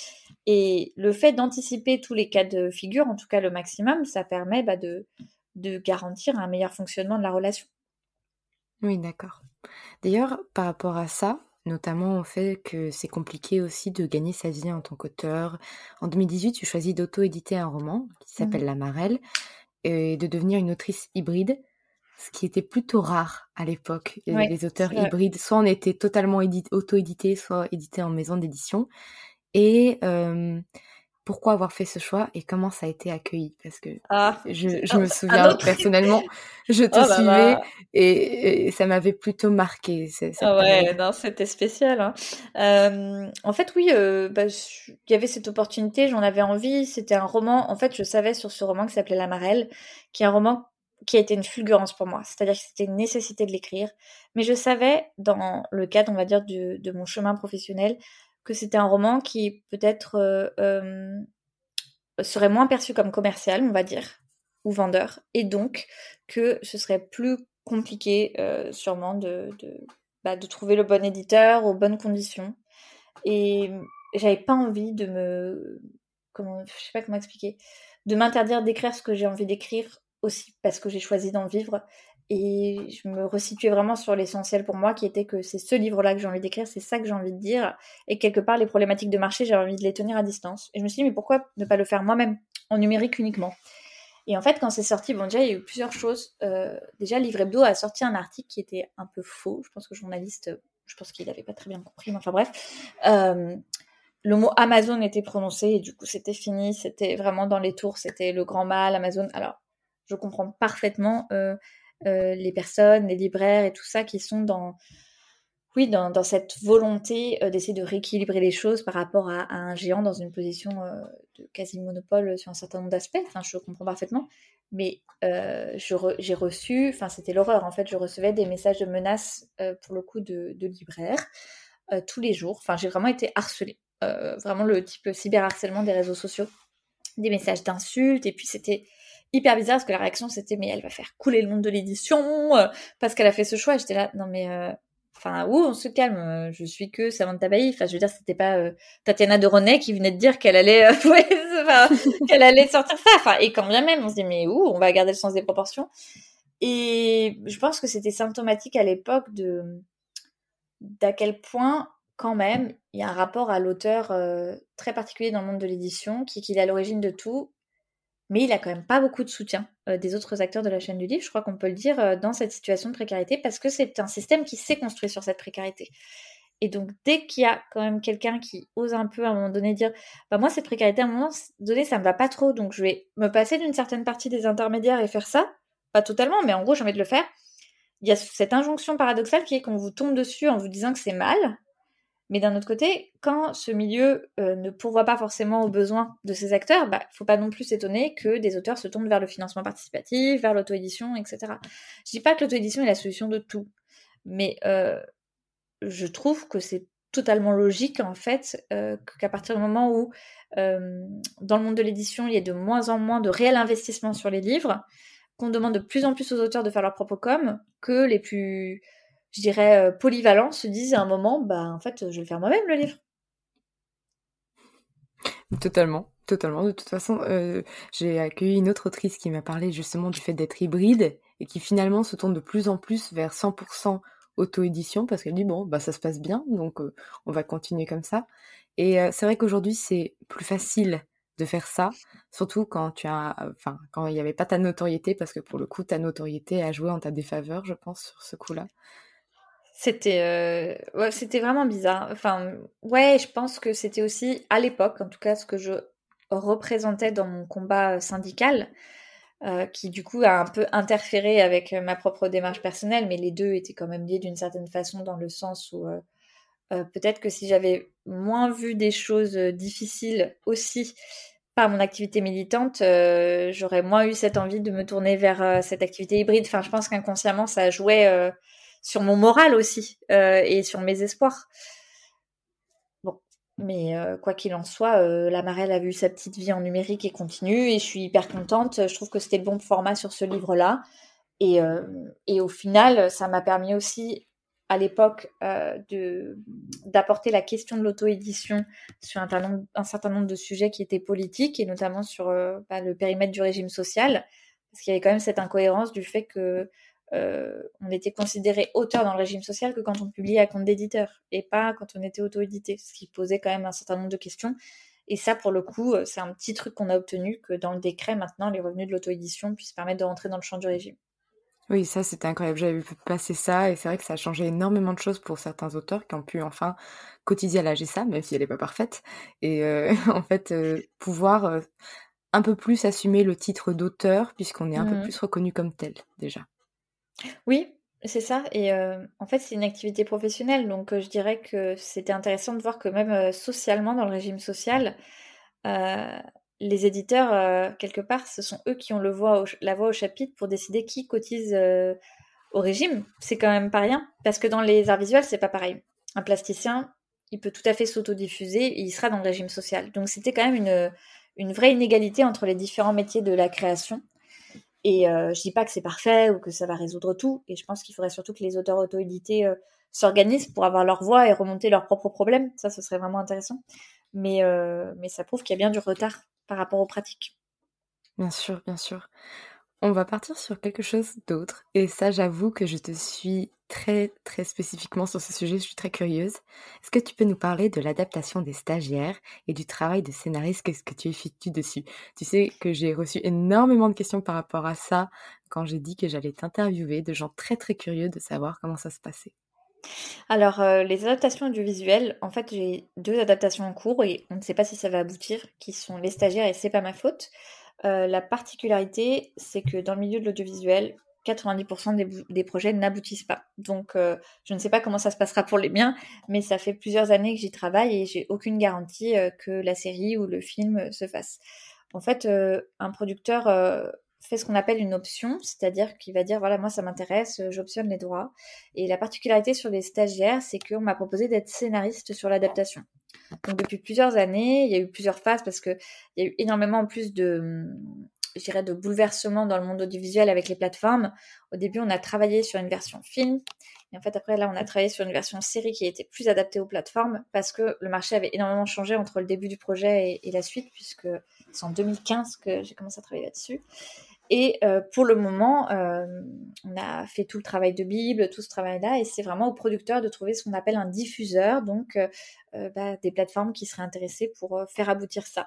Et le fait d'anticiper tous les cas de figure, en tout cas le maximum, ça permet bah, de, de garantir un meilleur fonctionnement de la relation. Oui, d'accord. D'ailleurs, par rapport à ça, notamment au fait que c'est compliqué aussi de gagner sa vie en tant qu'auteur, en deux mille dix-huit, tu choisis d'auto-éditer un roman qui s'appelle Mhm. La Marelle et de devenir une autrice hybride, ce qui était plutôt rare à l'époque. Et Oui, les auteurs c'est vrai. hybrides, soit on était totalement édit- auto-édités, soit édités en maison d'édition. Et euh, pourquoi avoir fait ce choix et comment ça a été accueilli? Parce que Ah, je, c'est je un, me un souviens autre. personnellement, je te Oh là suivais là. et, et ça m'avait plutôt marqué ce- cette Ah ouais, période. non, c'était spécial, hein. Euh, en fait, oui, euh, bah, je- il y avait cette opportunité, j'en avais envie. C'était un roman. En fait, je savais sur ce roman qui s'appelait La Marelle, qui est un roman qui a été une fulgurance pour moi. C'est-à-dire que c'était une nécessité de l'écrire. Mais je savais, dans le cadre, on va dire, du- de mon chemin professionnel, que c'était un roman qui peut-être euh, euh, serait moins perçu comme commercial, on va dire, ou vendeur, et donc que ce serait plus compliqué euh, sûrement de, de, bah, de trouver le bon éditeur aux bonnes conditions. Et j'avais pas envie de me... Comment, je sais pas comment expliquer. De m'interdire d'écrire ce que j'ai envie d'écrire aussi parce que j'ai choisi d'en vivre. Et je me resituais vraiment sur l'essentiel pour moi qui était que c'est ce livre-là que j'ai envie d'écrire, c'est ça que j'ai envie de dire. Et quelque part, les problématiques de marché, j'avais envie de les tenir à distance. Et je me suis dit, mais pourquoi ne pas le faire moi-même, en numérique uniquement? Et en fait, quand c'est sorti, bon, déjà, il y a eu plusieurs choses. Euh, déjà, Livre Hebdo a sorti un article qui était un peu faux. Je pense que le journaliste, je pense qu'il n'avait pas très bien compris, mais enfin bref. Euh, le mot Amazon était prononcé et du coup, c'était fini. C'était vraiment dans les tours. C'était le grand mal, Amazon. Alors, je comprends parfaitement euh, euh, les personnes, les libraires et tout ça qui sont dans, oui, dans, dans cette volonté euh, d'essayer de rééquilibrer les choses par rapport à, à un géant dans une position euh, de quasi-monopole sur un certain nombre d'aspects. Enfin, je comprends parfaitement. Mais euh, je re, j'ai reçu, enfin, c'était l'horreur. En fait, je recevais des messages de menaces euh, pour le coup de, de libraires euh, tous les jours. Enfin, j'ai vraiment été harcelée. Euh, vraiment le type cyberharcèlement des réseaux sociaux. Des messages d'insultes. Et puis, c'était hyper bizarre parce que la réaction, c'était « Mais elle va faire couler le monde de l'édition euh, parce qu'elle a fait ce choix. » J'étais là « Non, mais... Euh, Enfin, où on se calme, je suis que Samantha Bailly. Enfin, je veux dire, c'était pas euh, Tatiana de René qui venait de dire qu'elle allait, euh, ouais, enfin, qu'elle allait sortir ça. Enfin, et quand bien même, on se dit, mais où on va garder le sens des proportions. Et je pense que c'était symptomatique à l'époque de d'à quel point, quand même, il y a un rapport à l'auteur euh, très particulier dans le monde de l'édition, qui qu'il est à l'origine de tout, mais il a quand même pas beaucoup de soutien euh, des autres acteurs de la chaîne du livre, je crois qu'on peut le dire, euh, dans cette situation de précarité, parce que c'est un système qui s'est construit sur cette précarité. Et donc, dès qu'il y a quand même quelqu'un qui ose un peu à un moment donné dire bah moi, cette précarité, à un moment donné, ça me va pas trop, donc je vais me passer d'une certaine partie des intermédiaires et faire ça, pas totalement, mais en gros, j'ai envie de le faire. Il y a cette injonction paradoxale qui est qu'on vous tombe dessus en vous disant que c'est mal, Mais d'un autre côté, quand ce milieu euh, ne pourvoit pas forcément aux besoins de ses acteurs, bah, faut pas non plus s'étonner que des auteurs se tournent vers le financement participatif, vers l'auto-édition, et cetera. Je dis pas que l'auto-édition est la solution de tout, mais euh, je trouve que c'est totalement logique, en fait, euh, qu'à partir du moment où, euh, dans le monde de l'édition, il y a de moins en moins de réel investissement sur les livres, qu'on demande de plus en plus aux auteurs de faire leur propre com, que les plus, je dirais, euh, polyvalents se disent à un moment, bah, en fait, je vais le faire moi-même, le livre. Totalement, totalement. De toute façon, euh, j'ai accueilli une autre autrice qui m'a parlé justement du fait d'être hybride et qui finalement se tourne de plus en plus vers cent pour cent auto-édition parce qu'elle dit bon, bah ça se passe bien, donc euh, on va continuer comme ça. Et euh, c'est vrai qu'aujourd'hui, c'est plus facile de faire ça, surtout quand tu as, enfin, quand il n'y avait pas ta notoriété, parce que pour le coup, ta notoriété a joué en ta défaveur, je pense, sur ce coup-là. C'était euh, ouais, c'était vraiment bizarre. Enfin, ouais, je pense que c'était aussi, à l'époque, en tout cas, ce que je représentais dans mon combat syndical, euh, qui du coup a un peu interféré avec ma propre démarche personnelle, mais les deux étaient quand même liés d'une certaine façon dans le sens où euh, euh, peut-être que si j'avais moins vu des choses difficiles aussi par mon activité militante, euh, j'aurais moins eu cette envie de me tourner vers euh, cette activité hybride. Enfin, je pense qu'inconsciemment, ça jouait euh, sur mon moral aussi euh, et sur mes espoirs. Bon, mais euh, quoi qu'il en soit, euh, la Marelle a vu sa petite vie en numérique et continue, et je suis hyper contente. Je trouve que c'était le bon format sur ce livre-là. Et, euh, et au final, ça m'a permis aussi, à l'époque, euh, de, d'apporter la question de l'auto-édition sur un, talent, un certain nombre de sujets qui étaient politiques, et notamment sur euh, bah, le périmètre du régime social, parce qu'il y avait quand même cette incohérence du fait que euh, on était considéré auteur dans le régime social que quand on publiait à compte d'éditeur, et pas quand on était auto-édité, ce qui posait quand même un certain nombre de questions. Et ça, pour le coup, c'est un petit truc qu'on a obtenu, que dans le décret, maintenant, les revenus de l'auto-édition puissent permettre de rentrer dans le champ du régime. Oui, ça c'était incroyable. J'avais vu passer ça et c'est vrai que ça a changé énormément de choses pour certains auteurs qui ont pu enfin cotiser à la G E S A, même si elle n'est pas parfaite. Et euh, en fait, euh, pouvoir euh, un peu plus assumer le titre d'auteur puisqu'on est un peu Mmh. plus reconnu comme tel déjà. Oui, c'est ça. Et euh, en fait, c'est une activité professionnelle. Donc, euh, je dirais que c'était intéressant de voir que même euh, socialement, dans le régime social, euh, les éditeurs, euh, quelque part, ce sont eux qui ont le voix au, la voix au chapitre pour décider qui cotise euh, au régime. C'est quand même pas rien. Parce que dans les arts visuels, c'est pas pareil. Un plasticien, il peut tout à fait s'autodiffuser et il sera dans le régime social. Donc, c'était quand même une, une vraie inégalité entre les différents métiers de la création. Et euh, je dis pas que c'est parfait ou que ça va résoudre tout. Et je pense qu'il faudrait surtout que les auteurs auto-édités euh, s'organisent pour avoir leur voix et remonter leurs propres problèmes. Ça, ce serait vraiment intéressant. Mais, euh, mais ça prouve qu'il y a bien du retard par rapport aux pratiques. Bien sûr, bien sûr. On va partir sur quelque chose d'autre. Et ça, j'avoue que je te suis très, très spécifiquement sur ce sujet. Je suis très curieuse. Est-ce que tu peux nous parler de l'adaptation des stagiaires et du travail de scénariste? Qu'est-ce que tu effectues dessus? Tu sais que j'ai reçu énormément de questions par rapport à ça quand j'ai dit que j'allais t'interviewer, de gens très, très curieux de savoir comment ça se passait. Alors, euh, les adaptations audiovisuelles, en fait, j'ai deux adaptations en cours et on ne sait pas si ça va aboutir, qui sont Les Stagiaires et C'est pas ma faute. Euh, la particularité, c'est que dans le milieu de l'audiovisuel, quatre-vingt-dix pour cent des, des projets n'aboutissent pas. Donc, euh, je ne sais pas comment ça se passera pour les miens, mais ça fait plusieurs années que j'y travaille et j'ai aucune garantie euh, que la série ou le film euh, se fasse. En fait, euh, un producteur euh, fait ce qu'on appelle une option, c'est-à-dire qu'il va dire, voilà, moi ça m'intéresse, euh, j'optionne les droits. Et la particularité sur les stagiaires, c'est qu'on m'a proposé d'être scénariste sur l'adaptation. Donc depuis plusieurs années, il y a eu plusieurs phases parce que il y a eu énormément en plus de, je dirais, de bouleversements dans le monde audiovisuel avec les plateformes. Au début, on a travaillé sur une version film. Et en fait, après, là, on a travaillé sur une version série qui était plus adaptée aux plateformes parce que le marché avait énormément changé entre le début du projet et, et la suite, puisque c'est en deux mille quinze que j'ai commencé à travailler là-dessus. Et euh, pour le moment, euh, on a fait tout le travail de Bible, tout ce travail-là, et c'est vraiment au producteur de trouver ce qu'on appelle un diffuseur, donc euh, euh, bah, des plateformes qui seraient intéressées pour euh, faire aboutir ça.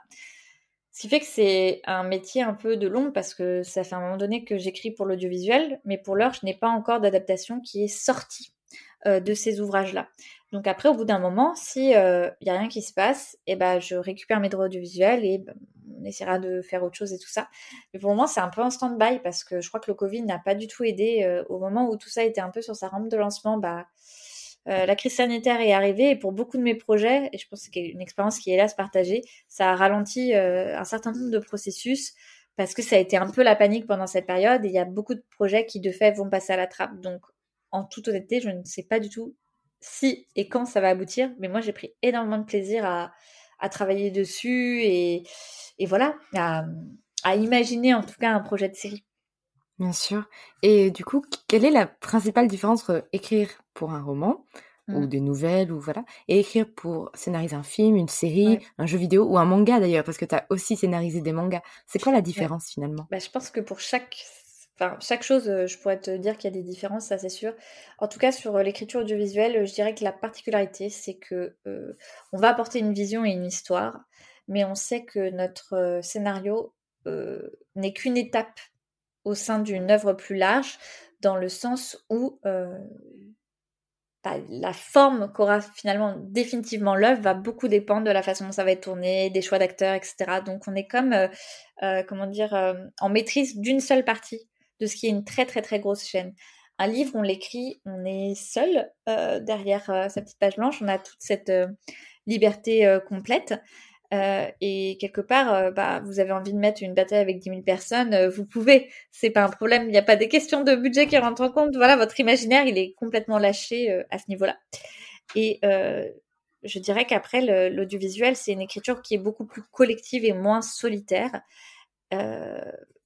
Ce qui fait que c'est un métier un peu de long, parce que ça fait un moment donné que j'écris pour l'audiovisuel, mais pour l'heure, je n'ai pas encore d'adaptation qui est sortie euh, de ces ouvrages-là. Donc après, au bout d'un moment, si il euh, y a rien qui se passe, et ben je récupère mes droits audiovisuels et ben, on essaiera de faire autre chose et tout ça. Mais pour le moment, c'est un peu en stand-by parce que je crois que le Covid n'a pas du tout aidé. Euh, au moment où tout ça était un peu sur sa rampe de lancement, bah euh, la crise sanitaire est arrivée et pour beaucoup de mes projets, et je pense que c'est une expérience qui est là à se partager, ça a ralenti euh, un certain nombre de processus parce que ça a été un peu la panique pendant cette période et il y a beaucoup de projets qui de fait vont passer à la trappe. Donc en toute honnêteté, je ne sais pas du tout si et quand ça va aboutir, mais moi j'ai pris énormément de plaisir à, à travailler dessus et, et voilà, à, à imaginer en tout cas un projet de série. Bien sûr. Et du coup, quelle est la principale différence entre écrire pour un roman mmh. ou des nouvelles ou voilà, et écrire pour scénariser un film, une série, ouais. un jeu vidéo ou un manga d'ailleurs, parce que tu as aussi scénarisé des mangas. C'est quoi la différence ouais. finalement ? Bah, je pense que pour chaque, enfin, chaque chose, je pourrais te dire qu'il y a des différences, ça c'est sûr. En tout cas, sur l'écriture audiovisuelle, je dirais que la particularité, c'est que euh, on va apporter une vision et une histoire, mais on sait que notre scénario euh, n'est qu'une étape au sein d'une œuvre plus large, dans le sens où euh, bah, la forme qu'aura finalement définitivement l'œuvre va beaucoup dépendre de la façon dont ça va être tourné, des choix d'acteurs, et cetera. Donc on est comme, euh, euh, comment dire, euh, en maîtrise d'une seule partie de ce qui est une très très très grosse chaîne. Un livre, on l'écrit, on est seul euh, derrière euh, sa petite page blanche, on a toute cette euh, liberté euh, complète. Euh, et quelque part, euh, bah, vous avez envie de mettre une bataille avec dix mille personnes, euh, vous pouvez, c'est pas un problème, il n'y a pas des questions de budget qui rentrent en compte, voilà, votre imaginaire, il est complètement lâché euh, à ce niveau-là. Et euh, je dirais qu'après, le, l'audiovisuel, c'est une écriture qui est beaucoup plus collective et moins solitaire. Euh,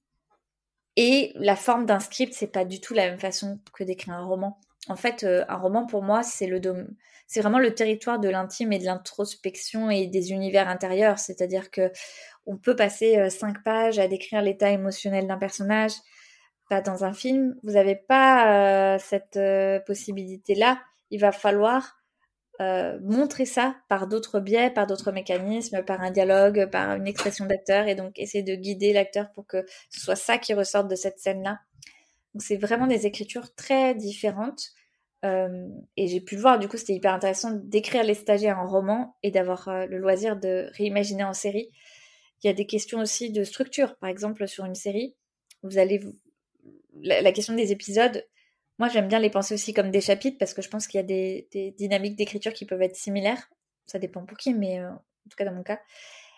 et la forme d'un script, c'est pas du tout la même façon que d'écrire un roman. En fait, euh, un roman, pour moi, c'est le dom- c'est vraiment le territoire de l'intime et de l'introspection et des univers intérieurs. C'est-à-dire que on peut passer euh, cinq pages à décrire l'état émotionnel d'un personnage. Bah, dans un film, vous n'avez pas euh, cette euh, possibilité-là. Il va falloir euh, montrer ça par d'autres biais, par d'autres mécanismes, par un dialogue, par une expression d'acteur, et donc essayer de guider l'acteur pour que ce soit ça qui ressorte de cette scène-là. Donc c'est vraiment des écritures très différentes. Euh, et j'ai pu le voir, du coup c'était hyper intéressant d'écrire Les Stagiaires en roman et d'avoir euh, le loisir de réimaginer en série. Il y a des questions aussi de structure, par exemple sur une série, vous allez vous... la, la question des épisodes, moi j'aime bien les penser aussi comme des chapitres parce que je pense qu'il y a des, des dynamiques d'écriture qui peuvent être similaires, ça dépend pour qui, mais euh, en tout cas dans mon cas.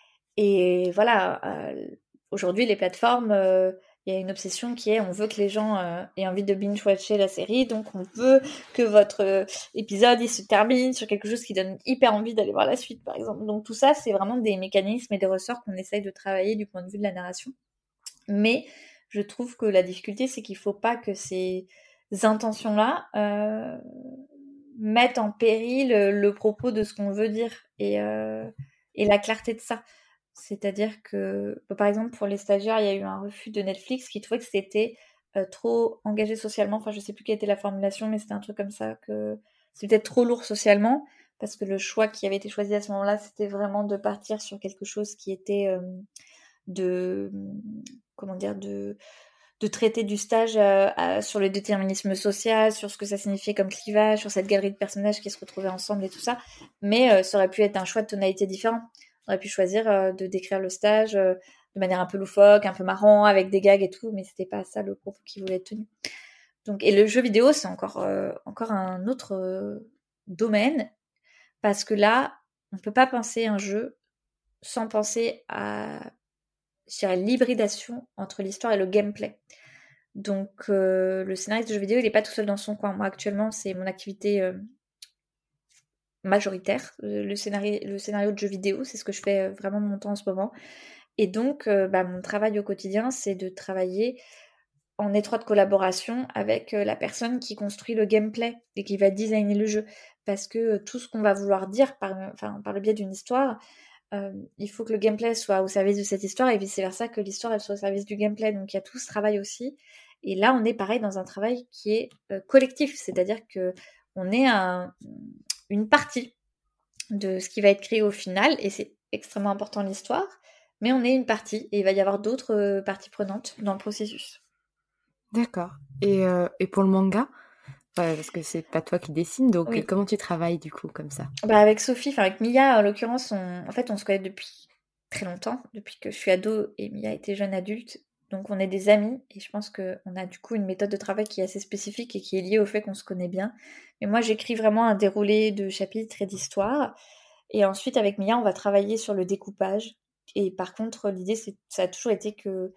Et voilà, euh, aujourd'hui les plateformes, euh, il y a une obsession qui est on veut que les gens euh, aient envie de binge-watcher la série, donc on veut que votre euh, épisode il se termine sur quelque chose qui donne hyper envie d'aller voir la suite, par exemple. Donc tout ça, c'est vraiment des mécanismes et des ressorts qu'on essaye de travailler du point de vue de la narration. Mais je trouve que la difficulté, c'est qu'il ne faut pas que ces intentions-là euh, mettent en péril le propos de ce qu'on veut dire et, euh, et la clarté de ça. C'est-à-dire que, par exemple, pour Les Stagiaires, il y a eu un refus de Netflix qui trouvait que c'était euh, trop engagé socialement. Enfin, je sais plus quelle était la formulation, mais c'était un truc comme ça, que c'était peut-être trop lourd socialement, parce que le choix qui avait été choisi à ce moment-là, c'était vraiment de partir sur quelque chose qui était euh, de... comment dire, de... de traiter du stage euh, à, sur le déterminisme social, sur ce que ça signifiait comme clivage, sur cette galerie de personnages qui se retrouvaient ensemble et tout ça. Mais euh, ça aurait pu être un choix de tonalité différent. On aurait pu choisir euh, de décrire le stage euh, de manière un peu loufoque, un peu marrant, avec des gags et tout, mais c'était pas ça le propos qui voulait être tenu. Donc, et le jeu vidéo, c'est encore, euh, encore un autre euh, domaine, parce que là, on peut pas penser un jeu sans penser à, je dirais, l'hybridation entre l'histoire et le gameplay. Donc, euh, le scénariste de jeu vidéo, il n'est pas tout seul dans son coin. Moi, actuellement, c'est mon activité euh, majoritaire, le scénario, le scénario de jeux vidéo, c'est ce que je fais vraiment de mon temps en ce moment. Et donc, euh, bah, mon travail au quotidien, c'est de travailler en étroite collaboration avec la personne qui construit le gameplay et qui va designer le jeu. Parce que tout ce qu'on va vouloir dire par, enfin, par le biais d'une histoire, euh, il faut que le gameplay soit au service de cette histoire et vice-versa, que l'histoire elle soit au service du gameplay. Donc, il y a tout ce travail aussi. Et là, on est pareil dans un travail qui est euh, collectif, c'est-à-dire que on est un... une partie de ce qui va être créé au final, et c'est extrêmement important l'histoire, mais on est une partie, et il va y avoir d'autres euh, parties prenantes dans le processus. D'accord. Et, euh, et pour le manga, ouais, parce que c'est pas toi qui dessine, donc oui. Comment tu travailles du coup comme ça ? Bah avec Sophie, enfin avec Mia en l'occurrence, on... en fait on se connaît depuis très longtemps, depuis que je suis ado et Mia était jeune adulte, Donc on est des amis et je pense qu'on a du coup une méthode de travail qui est assez spécifique et qui est liée au fait qu'on se connaît bien. Mais moi j'écris vraiment un déroulé de chapitres et d'histoires. Et ensuite avec Mia on va travailler sur le découpage. Et par contre l'idée c'est, ça a toujours été que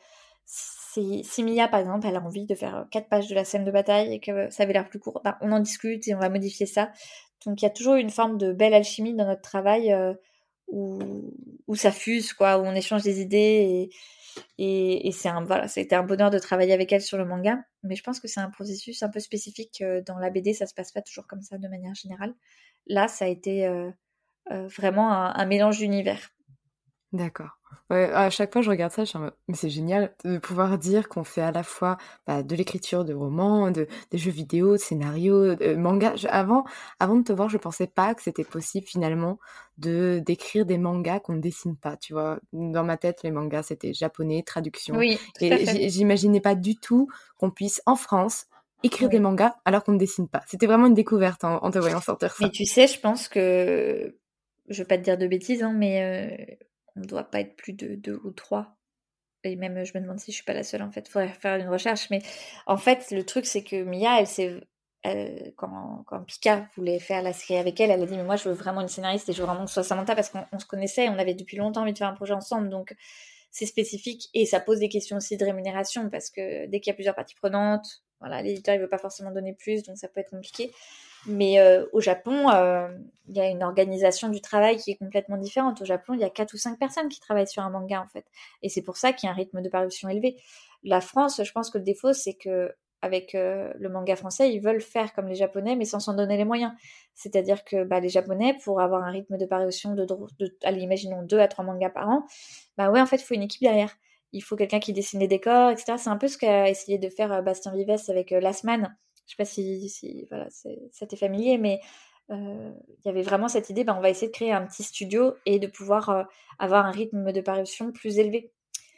si, si Mia par exemple elle a envie de faire quatre pages de la scène de bataille et que ça avait l'air plus court, ben, on en discute et on va modifier ça. Donc il y a toujours une forme de belle alchimie dans notre travail euh, où, où ça fuse, quoi, où on échange des idées et, et, et c'est un, voilà, ça a été un bonheur de travailler avec elle sur le manga. Mais je pense que c'est un processus un peu spécifique. euh, Dans la B D, ça se passe pas toujours comme ça de manière générale. Là, ça a été euh, euh, vraiment un, un mélange d'univers. D'accord. Ouais, à chaque fois je regarde ça, je suis en mode, mais c'est génial de pouvoir dire qu'on fait à la fois bah, de l'écriture de romans, de, des jeux vidéo, de scénarios, de manga. Je- avant, avant de te voir, je pensais pas que c'était possible finalement de d'écrire des mangas qu'on ne dessine pas. Tu vois, dans ma tête, les mangas c'était japonais, traduction, Oui, tout à et fait. j'- j'imaginais pas du tout qu'on puisse en France écrire des Oui. mangas alors qu'on ne dessine pas. C'était vraiment une découverte en, en te voyant sortir Mais ça. tu sais, je pense que, je veux pas te dire de bêtises, hein, mais euh, on ne doit pas être plus de deux ou trois. Et même, je me demande si je suis pas la seule, en fait. Faudrait faire une recherche. Mais en fait, le truc, c'est que Mia, elle s'est. Elle, quand, quand Pika voulait faire la série avec elle, elle a dit, mais moi, je veux vraiment une scénariste et je veux vraiment que ce soit Samantha parce qu'on on se connaissait et on avait depuis longtemps envie de faire un projet ensemble. Donc, c'est spécifique et ça pose des questions aussi de rémunération parce que dès qu'il y a plusieurs parties prenantes, voilà, l'éditeur, il veut pas forcément donner plus, donc ça peut être compliqué. Mais euh, au Japon, euh, il y a une organisation du travail qui est complètement différente. Au Japon, il y a quatre ou cinq personnes qui travaillent sur un manga, en fait. Et c'est pour ça qu'il y a un rythme de parution élevé. La France, je pense que le défaut, c'est que avec euh, le manga français, ils veulent faire comme les Japonais, mais sans s'en donner les moyens. C'est-à-dire que bah, les Japonais, pour avoir un rythme de parution de, de, de allez, imaginons deux à trois mangas par an, bah ouais, en fait, il faut une équipe derrière. Il faut quelqu'un qui dessine les décors, et cetera. C'est un peu ce qu'a essayé de faire euh, Bastien Vives avec euh, Last Man. Je sais pas si, si voilà, c'est, ça t'est familier, mais euh, il y avait vraiment cette idée, ben, on va essayer de créer un petit studio et de pouvoir euh, avoir un rythme de parution plus élevé.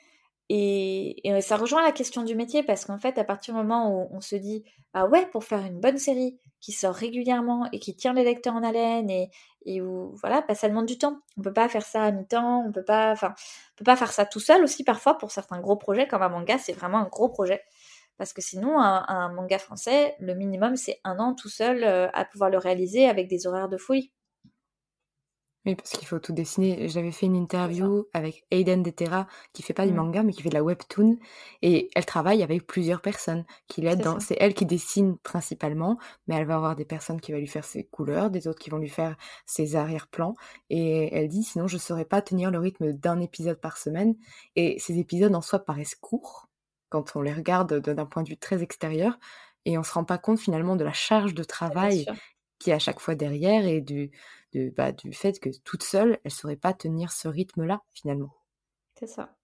Et, et ça rejoint la question du métier parce qu'en fait, à partir du moment où on se dit, ah ouais, pour faire une bonne série qui sort régulièrement et qui tient les lecteurs en haleine et, et où, voilà, bah, ça demande du temps. On peut pas faire ça à mi-temps, on peut pas, enfin, on peut pas faire ça tout seul aussi parfois pour certains gros projets comme un manga, c'est vraiment un gros projet. Parce que sinon, un, un manga français, le minimum, c'est un an tout seul euh, à pouvoir le réaliser avec des horaires de folie. Oui, parce qu'il faut tout dessiner. J'avais fait une C'est ça. interview avec Aiden Detera, qui fait pas du Mm, manga, mais qui fait de la webtoon. Et elle travaille avec plusieurs personnes qui l'aident c'est dans... ça. C'est elle qui dessine principalement, mais elle va avoir des personnes qui vont lui faire ses couleurs, des autres qui vont lui faire ses arrière-plans. Et elle dit, sinon je saurais pas tenir le rythme d'un épisode par semaine. Et ces épisodes en soi paraissent courts, quand on les regarde d'un point de vue très extérieur. Et on se rend pas compte finalement de la charge de Bien travail sûr. qui est à chaque fois derrière et du, de, bah, du fait que toute seule, elle ne saurait pas tenir ce rythme-là, finalement. C'est ça.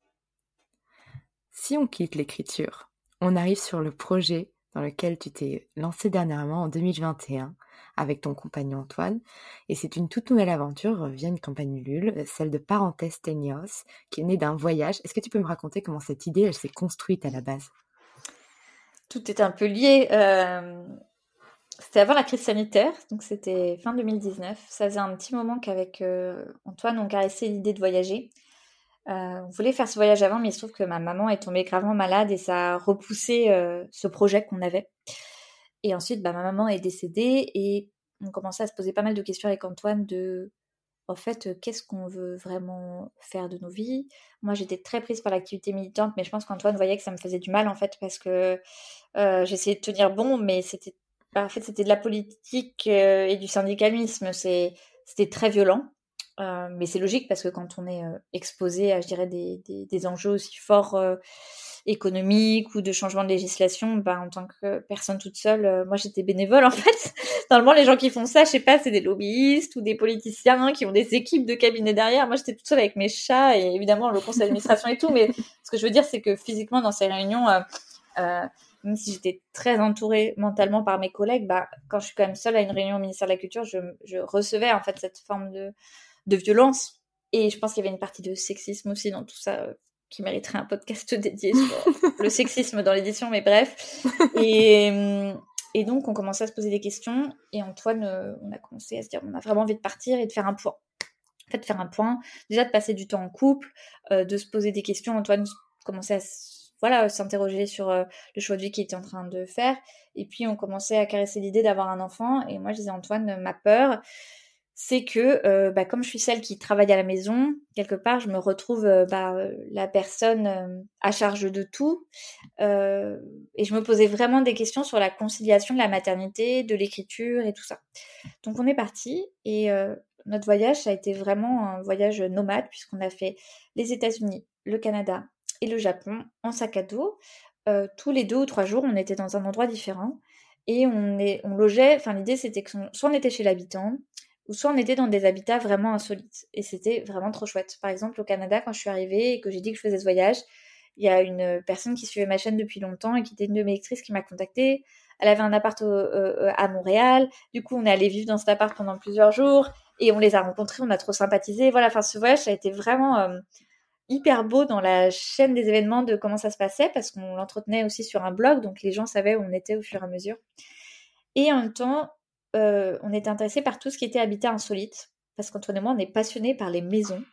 Si on quitte l'écriture, on arrive sur le projet dans lequel tu t'es lancé dernièrement en deux mille vingt et un avec ton compagnon Antoine. Et c'est une toute nouvelle aventure via une campagne Ulule, celle de Parenthèse Ténios, qui est née d'un voyage. Est-ce que tu peux me raconter comment cette idée, elle s'est construite à la base? Tout est un peu lié. Euh, C'était avant la crise sanitaire, donc c'était fin deux mille dix-neuf. Ça faisait un petit moment qu'avec euh, Antoine, on caressait l'idée de voyager. Euh, on voulait faire ce voyage avant, mais il se trouve que ma maman est tombée gravement malade et ça a repoussé euh, ce projet qu'on avait. Et ensuite, bah, ma maman est décédée et on commençait à se poser pas mal de questions avec Antoine de, en fait, euh, qu'est-ce qu'on veut vraiment faire de nos vies. Moi, j'étais très prise par l'activité militante, mais je pense qu'Antoine voyait que ça me faisait du mal, en fait, parce que euh, j'essayais de tenir bon, mais c'était, bah, en fait, c'était de la politique euh, et du syndicalisme. C'est, c'était très violent. Euh, mais c'est logique parce que quand on est euh, exposé à, je dirais, des, des, des enjeux aussi forts euh, économiques ou de changement de législation, bah, en tant que personne toute seule, euh, moi j'étais bénévole en fait. Normalement, les gens qui font ça, je sais pas, c'est des lobbyistes ou des politiciens qui ont des équipes de cabinet derrière. Moi, j'étais toute seule avec mes chats et évidemment le conseil d'administration et tout. Mais ce que je veux dire, c'est que physiquement, dans ces réunions, euh, euh, même si j'étais très entourée mentalement par mes collègues, bah, quand je suis quand même seule à une réunion au ministère de la Culture, je, je recevais en fait cette forme de, de violence. Et je pense qu'il y avait une partie de sexisme aussi dans tout ça, euh, qui mériterait un podcast dédié sur euh, le sexisme dans l'édition, mais bref. Et, et donc, on commençait à se poser des questions. Et Antoine, euh, on a commencé à se dire, on a vraiment envie de partir et de faire un point. En fait, de faire un point, déjà de passer du temps en couple, euh, de se poser des questions. Antoine commençait à voilà, s'interroger sur euh, le choix de vie qu'il était en train de faire. Et puis, on commençait à caresser l'idée d'avoir un enfant. Et moi, je disais, Antoine, ma peur, c'est que, euh, bah, comme je suis celle qui travaille à la maison, quelque part, je me retrouve euh, bah, la personne euh, à charge de tout. Euh, et je me posais vraiment des questions sur la conciliation de la maternité, de l'écriture et tout ça. Donc, on est parti. Et euh, notre voyage, ça a été vraiment un voyage nomade, puisqu'on a fait les États-Unis, le Canada et le Japon en sac à dos. Euh, tous les deux ou trois jours, on était dans un endroit différent. Et on, est, on logeait, enfin l'idée c'était que soit on était chez l'habitant, ou soit on était dans des habitats vraiment insolites. Et c'était vraiment trop chouette. Par exemple, au Canada, quand je suis arrivée et que j'ai dit que je faisais ce voyage, il y a une personne qui suivait ma chaîne depuis longtemps et qui était une de mes lectrices qui m'a contactée. Elle avait un appart au, euh, à Montréal. Du coup, on est allé vivre dans cet appart pendant plusieurs jours et on les a rencontrés, on a trop sympathisé. Voilà, enfin, ce voyage, ça a été vraiment euh, hyper beau dans la chaîne des événements de comment ça se passait parce qu'on l'entretenait aussi sur un blog, donc les gens savaient où on était au fur et à mesure. Et en même temps, euh, on était intéressés par tout ce qui était habitat insolite. Parce qu'Antoine et moi, on est passionnés par les maisons.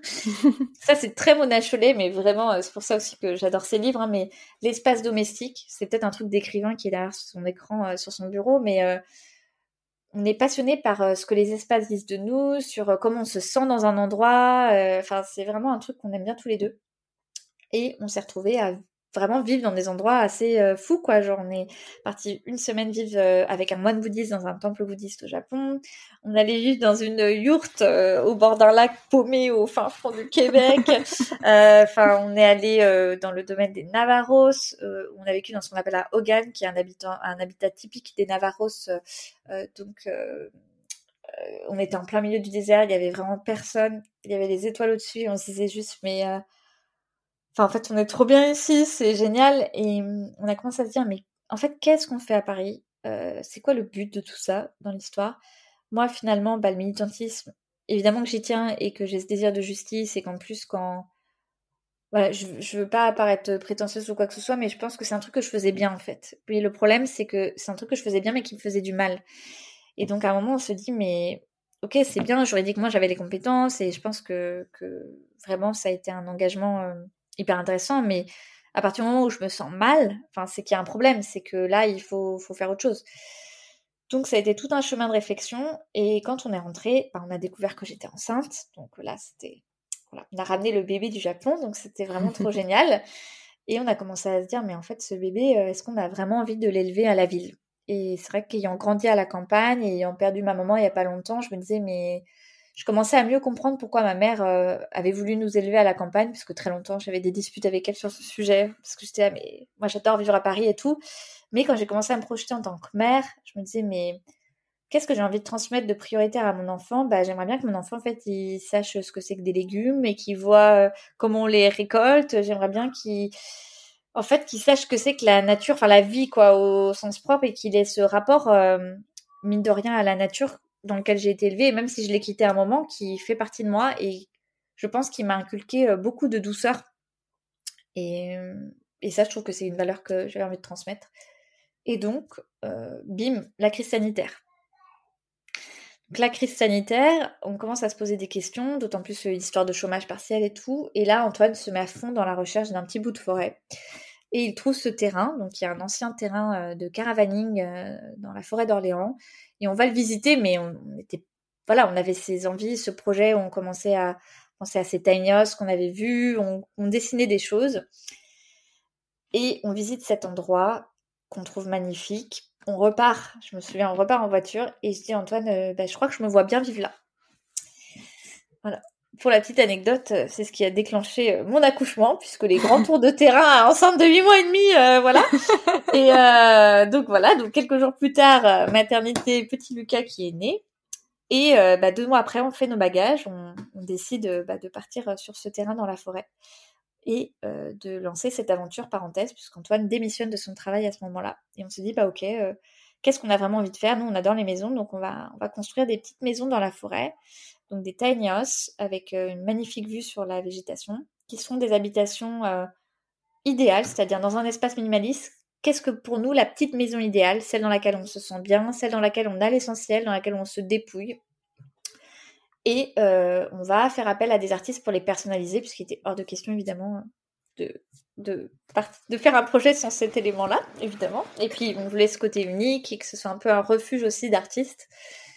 Ça, c'est très Mona Chollet, mais vraiment, c'est pour ça aussi que j'adore ses livres. Hein, mais l'espace domestique, c'est peut-être un truc d'écrivain qui est derrière son écran, euh, sur son bureau, mais euh, on est passionnés par euh, ce que les espaces disent de nous, sur euh, comment on se sent dans un endroit. Enfin, euh, c'est vraiment un truc qu'on aime bien tous les deux. Et on s'est retrouvés à vraiment vivre dans des endroits assez euh, fous, quoi. Genre, on est parti une semaine vivre euh, avec un moine bouddhiste dans un temple bouddhiste au Japon. On allait vivre dans une yourte euh, au bord d'un lac paumé au fin fond du Québec. Enfin, euh, on est allé euh, dans le domaine des Navarros. Euh, on a vécu dans ce qu'on appelle la Hogan, qui est un habitat, un habitat typique des Navarros. Euh, donc, euh, on était en plein milieu du désert. Il y avait vraiment personne. Il y avait des étoiles au-dessus. Et on se disait juste, mais... Euh, Enfin, en fait, on est trop bien ici, c'est génial. Et on a commencé à se dire, mais en fait, qu'est-ce qu'on fait à Paris euh, C'est quoi le but de tout ça dans l'histoire? Moi, finalement, bah, le militantisme, évidemment que j'y tiens et que j'ai ce désir de justice et qu'en plus, quand... Voilà, je, je veux pas paraître prétentieuse ou quoi que ce soit, mais je pense que c'est un truc que je faisais bien, en fait. Puis le problème, c'est que c'est un truc que je faisais bien, mais qui me faisait du mal. Et donc, à un moment, on se dit, mais... Ok, c'est bien, juridiquement, j'avais les compétences et je pense que, que vraiment, ça a été un engagement... Euh, hyper intéressant, mais à partir du moment où je me sens mal, enfin, c'est qu'il y a un problème, c'est que là, il faut, faut faire autre chose. Donc, ça a été tout un chemin de réflexion, et quand on est rentré, bah, on a découvert que j'étais enceinte, donc là, c'était... Voilà, on a ramené le bébé du Japon, donc c'était vraiment trop génial, et on a commencé à se dire, mais en fait, ce bébé, est-ce qu'on a vraiment envie de l'élever à la ville? Et c'est vrai qu'ayant grandi à la campagne, et ayant perdu ma maman il n'y a pas longtemps, je me disais, mais... Je commençais à mieux comprendre pourquoi ma mère euh, avait voulu nous élever à la campagne, parce que très longtemps, j'avais des disputes avec elle sur ce sujet, parce que j'étais là, mais moi, j'adore vivre à Paris et tout. Mais quand j'ai commencé à me projeter en tant que mère, je me disais, mais qu'est-ce que j'ai envie de transmettre de prioritaire à mon enfant? Bah, j'aimerais bien que mon enfant, en fait, il sache ce que c'est que des légumes et qu'il voit euh, comment on les récolte. J'aimerais bien qu'il... En fait, qu'il sache ce que c'est que la nature, enfin la vie, quoi, au sens propre, et qu'il ait ce rapport, euh, mine de rien, à la nature dans lequel j'ai été élevée, et même si je l'ai quitté à un moment, qui fait partie de moi, et je pense qu'il m'a inculqué beaucoup de douceur. Et, et ça, je trouve que c'est une valeur que j'avais envie de transmettre. Et donc, euh, bim, la crise sanitaire. Donc, la crise sanitaire, on commence à se poser des questions, d'autant plus l'histoire de chômage partiel et tout. Et là, Antoine se met à fond dans la recherche d'un petit bout de forêt. Et il trouve ce terrain, donc il y a un ancien terrain de caravaning dans la forêt d'Orléans. Et on va le visiter, mais on, on était, voilà, on avait ces envies, ce projet où on commençait à penser à ces tiny houses qu'on avait vus, on, on dessinait des choses. Et on visite cet endroit qu'on trouve magnifique. On repart, je me souviens, on repart en voiture et je dis à Antoine, euh, bah, je crois que je me vois bien vivre là. Voilà. Pour la petite anecdote, c'est ce qui a déclenché mon accouchement, puisque les grands tours de terrain enceinte de huit mois et demi, euh, voilà. Et euh, donc voilà, donc quelques jours plus tard, maternité, petit Lucas qui est né. Et euh, bah, deux mois après, on fait nos bagages, on, on décide bah, de partir sur ce terrain dans la forêt et euh, de lancer cette aventure, parenthèse, puisqu'Antoine démissionne de son travail à ce moment-là. Et on se dit, bah ok, euh, qu'est-ce qu'on a vraiment envie de faire? Nous, on adore les maisons, donc on va, on va construire des petites maisons dans la forêt, donc des tiny houses avec euh, une magnifique vue sur la végétation, qui sont des habitations euh, idéales, c'est-à-dire dans un espace minimaliste. Qu'est-ce que pour nous la petite maison idéale? Celle dans laquelle on se sent bien, celle dans laquelle on a l'essentiel, dans laquelle on se dépouille. Et euh, on va faire appel à des artistes pour les personnaliser, puisqu'il était hors de question, évidemment, de de, de faire un projet sans cet élément-là, évidemment. Et puis, on voulait ce côté unique et que ce soit un peu un refuge aussi d'artistes.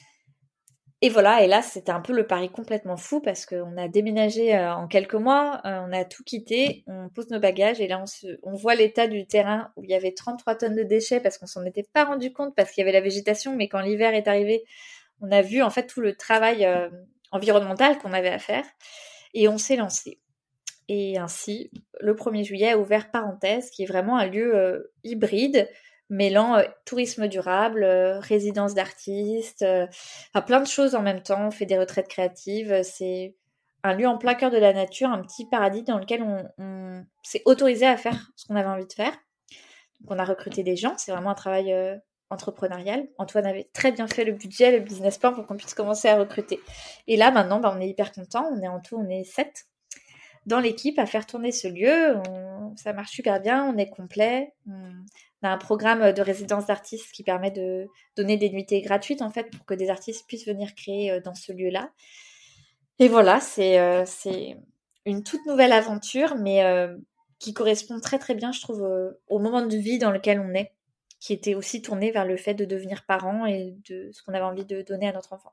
Et voilà, et là, c'était un peu le pari complètement fou parce qu'on a déménagé euh, en quelques mois, euh, on a tout quitté, on pose nos bagages et là, on, se, on voit l'état du terrain où il y avait trente-trois tonnes de déchets parce qu'on s'en était pas rendu compte parce qu'il y avait la végétation, mais quand l'hiver est arrivé, on a vu en fait tout le travail euh, environnemental qu'on avait à faire et on s'est lancé. Et ainsi, le premier juillet a ouvert Parenthèse, qui est vraiment un lieu euh, hybride, mêlant euh, tourisme durable, euh, résidence d'artistes, euh, enfin, plein de choses en même temps. On fait des retraites créatives. C'est un lieu en plein cœur de la nature, un petit paradis dans lequel on, on s'est autorisé à faire ce qu'on avait envie de faire. Donc on a recruté des gens. C'est vraiment un travail euh, entrepreneurial. Antoine avait très bien fait le budget, le business plan pour qu'on puisse commencer à recruter. Et là, maintenant, bah, on est hyper contents. On est en tout, on est sept dans l'équipe à faire tourner ce lieu. On, ça marche super bien, on est complet. On, on a un programme de résidence d'artistes qui permet de donner des nuitées gratuites en fait pour que des artistes puissent venir créer dans ce lieu-là. Et voilà, c'est, euh, c'est une toute nouvelle aventure, mais euh, qui correspond très très bien, je trouve, euh, au moment de vie dans lequel on est, qui était aussi tourné vers le fait de devenir parent et de ce qu'on avait envie de donner à notre enfant.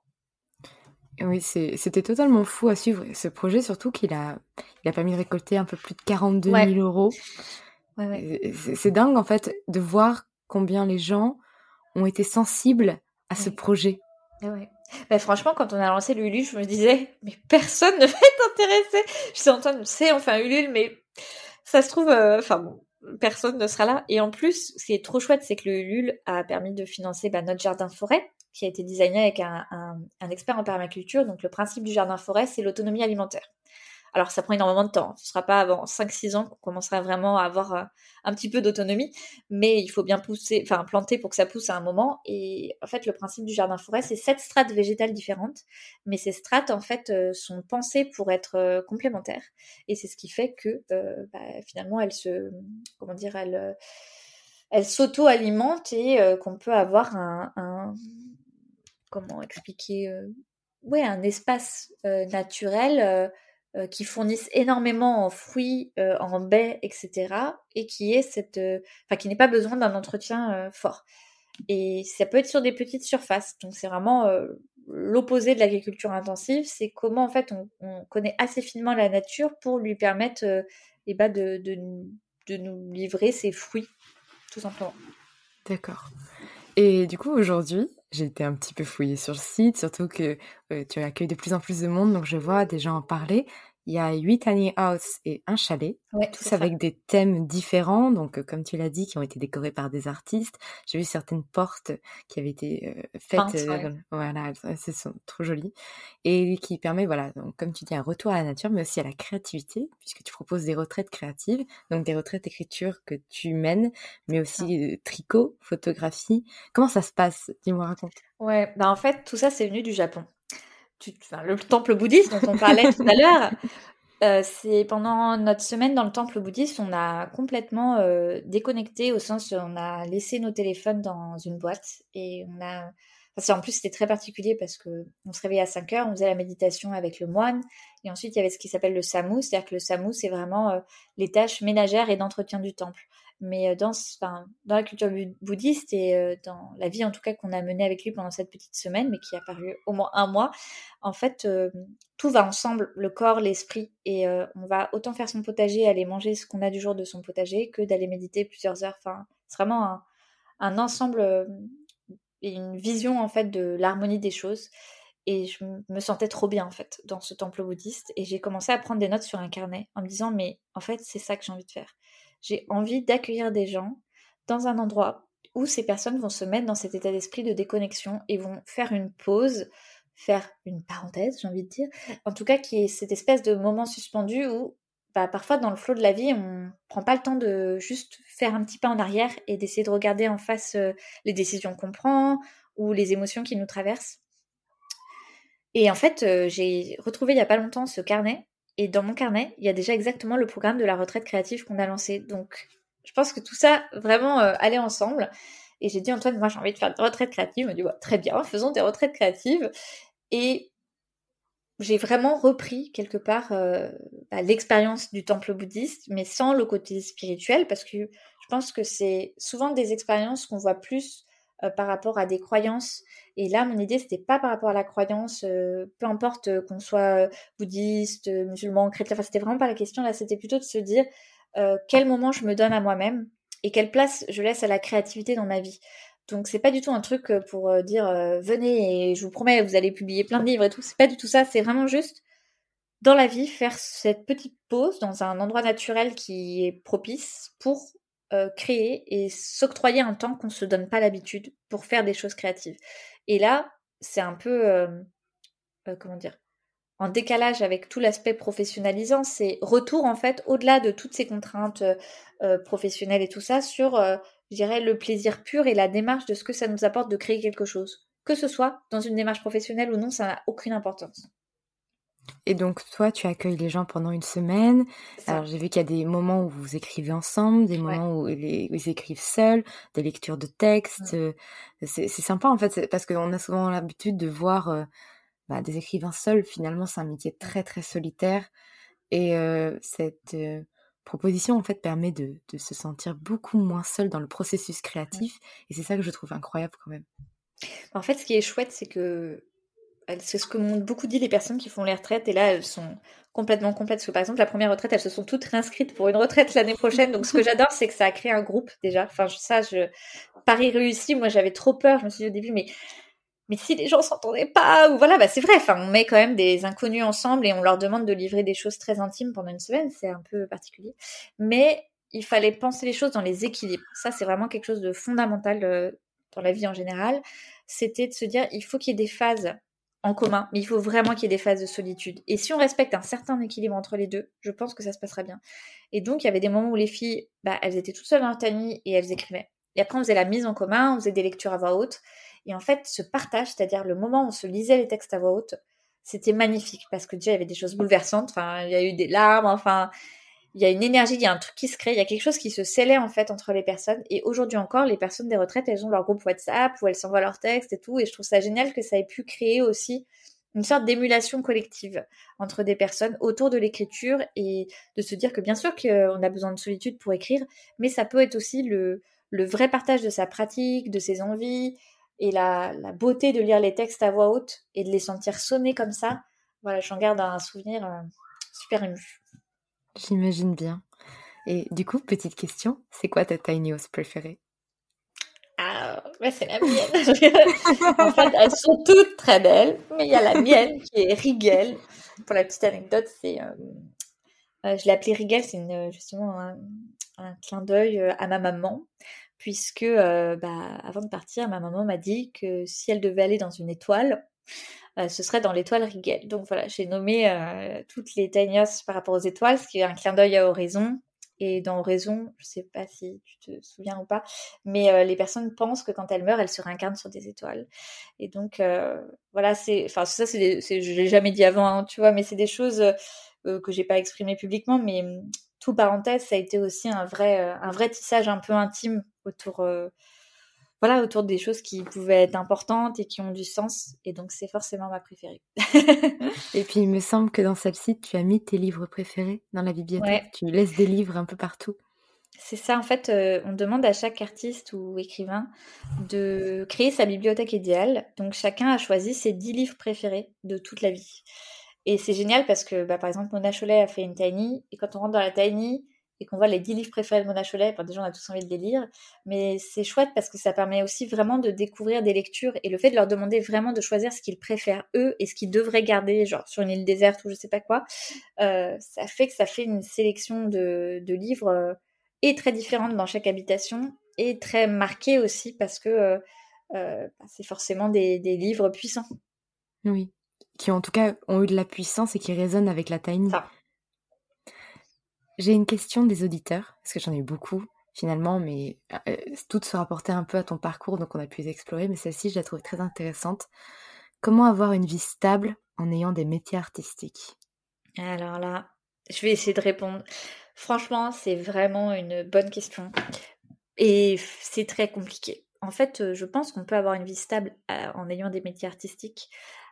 Oui, c'est, c'était totalement fou à suivre ce projet, surtout qu'il a, il a permis de récolter un peu plus de quarante-deux Ouais. mille euros. Ouais, ouais. C'est, c'est dingue en fait de voir combien les gens ont été sensibles à ce Ouais. projet. Ouais. Bah, franchement, quand on a lancé le Ulule, je me disais, mais personne ne va être intéressé. Je suis Antoine, c'est enfin Ulule, mais ça se trouve, enfin euh, bon, personne ne sera là. Et en plus, ce qui est trop chouette, c'est que le Ulule a permis de financer bah, notre jardin-forêt, qui a été designé avec un, un, un expert en permaculture. Donc le principe du jardin-forêt, c'est l'autonomie alimentaire. Alors, ça prend énormément de temps. Ce ne sera pas avant cinq six ans qu'on commencera vraiment à avoir euh, un petit peu d'autonomie. Mais il faut bien pousser, enfin, planter pour que ça pousse à un moment. Et en fait, le principe du jardin-forêt, c'est sept strates végétales différentes. Mais ces strates, en fait, euh, sont pensées pour être euh, complémentaires. Et c'est ce qui fait que, euh, bah, finalement, elles se, comment dire, elles, euh, elles s'auto-alimentent et euh, qu'on peut avoir un, un comment expliquer, euh, ouais, un espace euh, naturel euh, euh, qui fournisse énormément en fruits, euh, en baies, et cetera. Et qui est cette, euh, enfin, qui n'ait pas besoin d'un entretien euh, fort. Et ça peut être sur des petites surfaces. Donc c'est vraiment euh, l'opposé de l'agriculture intensive. C'est comment en fait on, on connaît assez finement la nature pour lui permettre euh, eh ben, de, de, de nous livrer ses fruits, tout simplement. D'accord. Et du coup, aujourd'hui, j'ai été un petit peu fouillée sur le site, surtout que euh, tu accueilles de plus en plus de monde, donc je vois des gens en parler. Il y a huit tiny houses et un chalet, ouais, tous avec ça. Des thèmes différents, donc euh, comme tu l'as dit, qui ont été décorés par des artistes. J'ai vu certaines portes qui avaient été euh, faites, Peintes, ouais. euh, voilà, elles sont trop jolies, et qui permet, voilà, donc comme tu dis, un retour à la nature, mais aussi à la créativité, puisque tu proposes des retraites créatives, donc des retraites d'écriture que tu mènes, mais aussi euh, tricot, photographie. Comment ça se passe? Dis-moi, raconte. Ouais, bah en fait, tout ça, c'est venu du Japon. Tu, enfin, le temple bouddhiste dont on parlait tout à l'heure, euh, c'est pendant notre semaine dans le temple bouddhiste, on a complètement euh, déconnecté au sens où on a laissé nos téléphones dans une boîte et on a... Enfin, en plus, c'était très particulier parce que on se réveillait à cinq heures, on faisait la méditation avec le moine et ensuite il y avait ce qui s'appelle le samu, c'est-à-dire que le samu, c'est vraiment euh, les tâches ménagères et d'entretien du temple. Mais dans, enfin, dans la culture bouddhiste et euh, dans la vie en tout cas qu'on a menée avec lui pendant cette petite semaine, mais qui a paru au moins un mois, en fait, euh, tout va ensemble, le corps, l'esprit, et euh, on va autant faire son potager, aller manger ce qu'on a du jour de son potager, que d'aller méditer plusieurs heures. Enfin, c'est vraiment un, un ensemble euh, et une vision en fait de l'harmonie des choses. Et je me sentais trop bien en fait dans ce temple bouddhiste, et j'ai commencé à prendre des notes sur un carnet en me disant mais en fait c'est ça que j'ai envie de faire. J'ai envie d'accueillir des gens dans un endroit où ces personnes vont se mettre dans cet état d'esprit de déconnexion et vont faire une pause, faire une parenthèse, j'ai envie de dire. En tout cas, qui est cette espèce de moment suspendu où bah, parfois dans le flot de la vie, on prend pas le temps de juste faire un petit pas en arrière et d'essayer de regarder en face euh, les décisions qu'on prend ou les émotions qui nous traversent. Et en fait, euh, j'ai retrouvé il y a pas longtemps ce carnet. Et dans mon carnet, il y a déjà exactement le programme de la retraite créative qu'on a lancé. Donc, je pense que tout ça, vraiment, euh, allait ensemble. Et j'ai dit, Antoine, moi, j'ai envie de faire des retraites créatives. Il m'a dit, ouais, très bien, faisons des retraites créatives. Et j'ai vraiment repris quelque part euh, bah, l'expérience du temple bouddhiste, mais sans le côté spirituel, parce que je pense que c'est souvent des expériences qu'on voit plus euh, par rapport à des croyances. Et là, mon idée, c'était pas par rapport à la croyance, euh, peu importe euh, qu'on soit euh, bouddhiste, euh, musulman, chrétien, enfin, c'était vraiment pas la question. Là, c'était plutôt de se dire euh, quel moment je me donne à moi-même et quelle place je laisse à la créativité dans ma vie. Donc c'est pas du tout un truc pour euh, dire euh, venez et je vous promets vous allez publier plein de livres et tout, c'est pas du tout ça, c'est vraiment juste dans la vie faire cette petite pause dans un endroit naturel qui est propice pour euh, créer et s'octroyer un temps qu'on se donne pas l'habitude pour faire des choses créatives. Et là, c'est un peu euh, euh, comment dire en décalage avec tout l'aspect professionnalisant, c'est retour en fait au-delà de toutes ces contraintes euh, professionnelles et tout ça sur, euh, je dirais, le plaisir pur et la démarche de ce que ça nous apporte de créer quelque chose. Que ce soit dans une démarche professionnelle ou non, ça n'a aucune importance. Et donc, toi, tu accueilles les gens pendant une semaine. C'est ça. Alors, j'ai vu qu'il y a des moments où vous écrivez ensemble, des Ouais. moments où, les, où ils écrivent seuls, des lectures de textes. Ouais. Euh, C'est, c'est sympa, en fait, c'est- parce qu'on a souvent l'habitude de voir euh, bah, des écrivains seuls. Finalement, c'est un métier très, très solitaire. Et euh, cette euh, proposition, en fait, permet de, de se sentir beaucoup moins seul dans le processus Ouais. créatif. Et c'est ça que je trouve incroyable quand même. En fait, ce qui est chouette, c'est que c'est ce que m'ont beaucoup dit les personnes qui font les retraites. Et là, elles sont complètement complètes. Parce que par exemple, la première retraite, elles se sont toutes réinscrites pour une retraite l'année prochaine. Donc, ce que j'adore, c'est que ça a créé un groupe déjà. Enfin, ça, je Paris réussi. Moi, j'avais trop peur. Je me suis dit au début, mais mais si les gens s'entendaient pas, ou voilà, bah c'est vrai. Enfin, on met quand même des inconnus ensemble et on leur demande de livrer des choses très intimes pendant une semaine. C'est un peu particulier. Mais il fallait penser les choses dans les équilibres. Ça, c'est vraiment quelque chose de fondamental euh, dans la vie en général. C'était de se dire, il faut qu'il y ait des phases en commun, mais il faut vraiment qu'il y ait des phases de solitude. Et si on respecte un certain équilibre entre les deux, je pense que ça se passera bien. Et donc, il y avait des moments où les filles, bah, elles étaient toutes seules dans leur tiny et elles écrivaient. Et après, on faisait la mise en commun, on faisait des lectures à voix haute. Et en fait, ce partage, c'est-à-dire le moment où on se lisait les textes à voix haute, c'était magnifique parce que déjà, il y avait des choses bouleversantes. Enfin, il y a eu des larmes, enfin, il y a une énergie, il y a un truc qui se crée, il y a quelque chose qui se scellait en fait entre les personnes. Et aujourd'hui encore, les personnes des retraites, elles ont leur groupe WhatsApp où elles s'envoient leurs textes et tout. Et je trouve ça génial que ça ait pu créer aussi une sorte d'émulation collective entre des personnes autour de l'écriture et de se dire que bien sûr qu'on a besoin de solitude pour écrire, mais ça peut être aussi le, le vrai partage de sa pratique, de ses envies et la, la beauté de lire les textes à voix haute et de les sentir sonner comme ça. Voilà, j'en garde un souvenir euh, super ému. J'imagine bien. Et du coup, petite question, c'est quoi ta tiny house préférée? Ah, ouais, c'est la mienne. En fait, elles sont toutes très belles, mais il y a la mienne qui est Rigel. Pour la petite anecdote, c'est, euh, euh, je l'ai appelée Rigel, c'est une, justement un, un clin d'œil euh, à ma maman, puisque euh, bah, avant de partir, ma maman m'a dit que si elle devait aller dans une étoile, euh, ce serait dans l'étoile Rigel. Donc voilà, j'ai nommé euh, toutes les tiny houses par rapport aux étoiles, ce qui est un clin d'œil à Horizon. Et dans Horizon, je sais pas si tu te souviens ou pas, mais euh, les personnes pensent que quand elles meurent, elles se réincarnent sur des étoiles. Et donc euh, voilà, c'est, enfin ça c'est, des, c'est, je l'ai jamais dit avant, hein, tu vois, mais c'est des choses euh, que j'ai pas exprimées publiquement, mais tout parenthèse, ça a été aussi un vrai, euh, un vrai tissage un peu intime autour, euh, voilà, autour des choses qui pouvaient être importantes et qui ont du sens. Et donc c'est forcément ma préférée. Et puis, il me semble que dans celle-ci, tu as mis tes livres préférés dans la bibliothèque. Ouais. Tu laisses des livres un peu partout. C'est ça, en fait, euh, on demande à chaque artiste ou écrivain de créer sa bibliothèque idéale. Donc chacun a choisi ses dix livres préférés de toute la vie. Et c'est génial parce que, bah, par exemple, Mona Chollet a fait une tiny, et quand on rentre dans la tiny et qu'on voit les dix livres préférés de Mona Chollet, ben, déjà on a tous envie de les lire. Mais c'est chouette parce que ça permet aussi vraiment de découvrir des lectures et le fait de leur demander vraiment de choisir ce qu'ils préfèrent eux et ce qu'ils devraient garder, genre sur une île déserte ou je sais pas quoi, euh, ça fait que ça fait une sélection de, de livres euh, et très différente dans chaque habitation et très marquée aussi parce que euh, euh, c'est forcément des, des livres puissants. Oui. Qui en tout cas ont eu de la puissance et qui résonnent avec la tiny. Ça. J'ai une question des auditeurs, parce que j'en ai eu beaucoup finalement, mais euh, toutes se rapportaient un peu à ton parcours, donc on a pu les explorer, mais celle-ci, je la trouve très intéressante. Comment avoir une vie stable en ayant des métiers artistiques? Alors là, je vais essayer de répondre. Franchement, c'est vraiment une bonne question. Et c'est très compliqué. En fait, je pense qu'on peut avoir une vie stable en ayant des métiers artistiques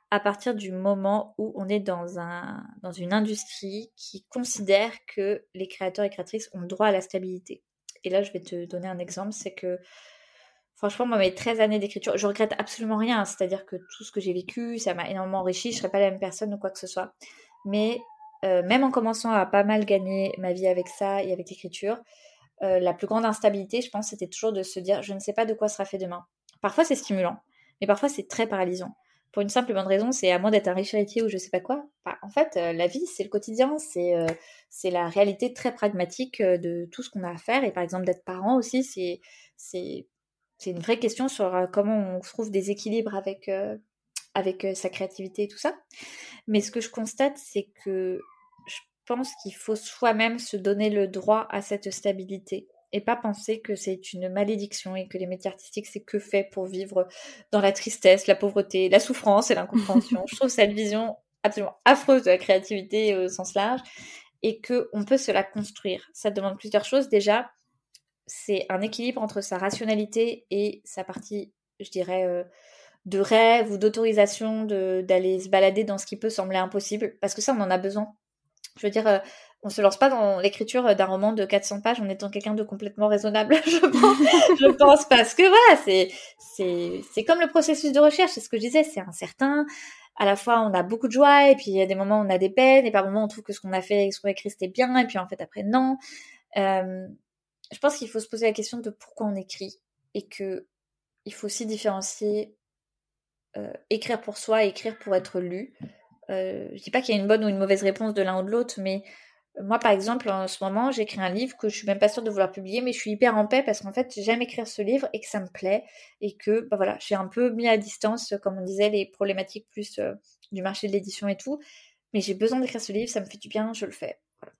à partir du moment où on est dans, un, dans une industrie qui considère que les créateurs et créatrices ont droit à la stabilité. Et là, je vais te donner un exemple, c'est que franchement, moi, mes treize années d'écriture, je regrette absolument rien. Hein, c'est-à-dire que tout ce que j'ai vécu, ça m'a énormément enrichi. Je ne serais pas la même personne ou quoi que ce soit. Mais euh, même en commençant à pas mal gagner ma vie avec ça et avec l'écriture, euh, la plus grande instabilité, je pense, c'était toujours de se dire « je ne sais pas de quoi sera fait demain ». Parfois, c'est stimulant, mais parfois, c'est très paralysant. Pour une simple et bonne raison, c'est à moins d'être un riche héritier ou je sais pas quoi. Bah, en fait, euh, la vie, c'est le quotidien, c'est, euh, c'est la réalité très pragmatique euh, de tout ce qu'on a à faire. Et par exemple, d'être parent aussi, c'est, c'est, c'est une vraie question sur euh, comment on trouve des équilibres avec, euh, avec euh, sa créativité et tout ça. Mais ce que je constate, c'est que je pense qu'il faut soi-même se donner le droit à cette stabilité et pas penser que c'est une malédiction et que les métiers artistiques, c'est que fait pour vivre dans la tristesse, la pauvreté, la souffrance et l'incompréhension. Je trouve cette vision absolument affreuse de la créativité au sens large et qu'on peut se la construire. Ça demande plusieurs choses. Déjà, c'est un équilibre entre sa rationalité et sa partie, je dirais, euh, de rêve ou d'autorisation de, d'aller se balader dans ce qui peut sembler impossible. Parce que ça, on en a besoin. Je veux dire, euh, on se lance pas dans l'écriture d'un roman de quatre cents pages en étant quelqu'un de complètement raisonnable, je pense, je pense parce que voilà, c'est, c'est, c'est comme le processus de recherche, c'est ce que je disais, c'est incertain. À la fois, on a beaucoup de joie, et puis il y a des moments où on a des peines, et par moments, on trouve que ce qu'on a fait, ce qu'on a écrit, c'était bien, et puis en fait, après, non. Euh, je pense qu'il faut se poser la question de pourquoi on écrit, et que il faut aussi différencier euh, écrire pour soi et écrire pour être lu. Euh, je dis pas qu'il y a une bonne ou une mauvaise réponse de l'un ou de l'autre, mais moi, par exemple, en ce moment, j'écris un livre que je suis même pas sûre de vouloir publier, mais je suis hyper en paix parce qu'en fait, j'aime écrire ce livre et que ça me plaît et que, bah voilà, j'ai un peu mis à distance, comme on disait, les problématiques plus euh, du marché de l'édition et tout. Mais j'ai besoin d'écrire ce livre, ça me fait du bien, je le fais.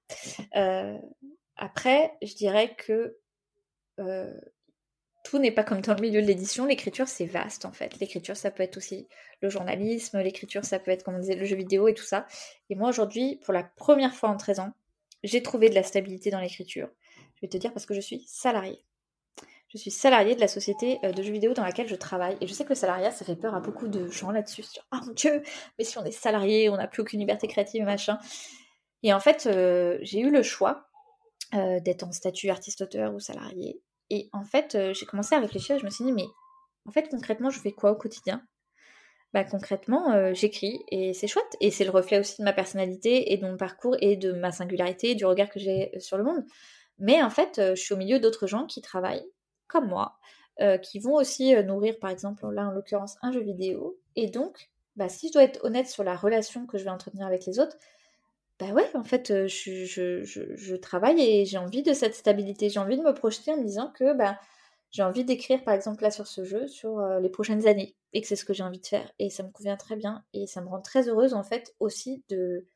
Voilà. Euh, après, je dirais que euh, tout n'est pas comme dans le milieu de l'édition. L'écriture, c'est vaste, en fait. L'écriture, ça peut être aussi le journalisme. L'écriture, ça peut être, comme on disait, le jeu vidéo et tout ça. Et moi, aujourd'hui, pour la première fois en treize ans, j'ai trouvé de la stabilité dans l'écriture. Je vais te dire parce que je suis salariée. Je suis salariée de la société de jeux vidéo dans laquelle je travaille. Et je sais que le salariat, ça fait peur à beaucoup de gens là-dessus. Ah oh mon Dieu, mais si on est salarié, on n'a plus aucune liberté créative et machin. Et en fait, euh, j'ai eu le choix euh, d'être en statut artiste-auteur ou salarié. Et en fait, euh, j'ai commencé à réfléchir et je me suis dit, mais en fait, concrètement, je fais quoi au quotidien ? Bah, concrètement, euh, j'écris et c'est chouette. Et c'est le reflet aussi de ma personnalité et de mon parcours et de ma singularité et du regard que j'ai sur le monde. Mais en fait, euh, je suis au milieu d'autres gens qui travaillent comme moi, euh, qui vont aussi euh, nourrir, par exemple, là en l'occurrence, un jeu vidéo. Et donc, bah, si je dois être honnête sur la relation que je vais entretenir avec les autres, bah ouais, en fait, euh, je, je, je, je travaille et j'ai envie de cette stabilité. J'ai envie de me projeter en me disant que bah, j'ai envie d'écrire, par exemple, là sur ce jeu, sur euh, les prochaines années. Et que c'est ce que j'ai envie de faire. Et ça me convient très bien. Et ça me rend très heureuse, en fait, aussi de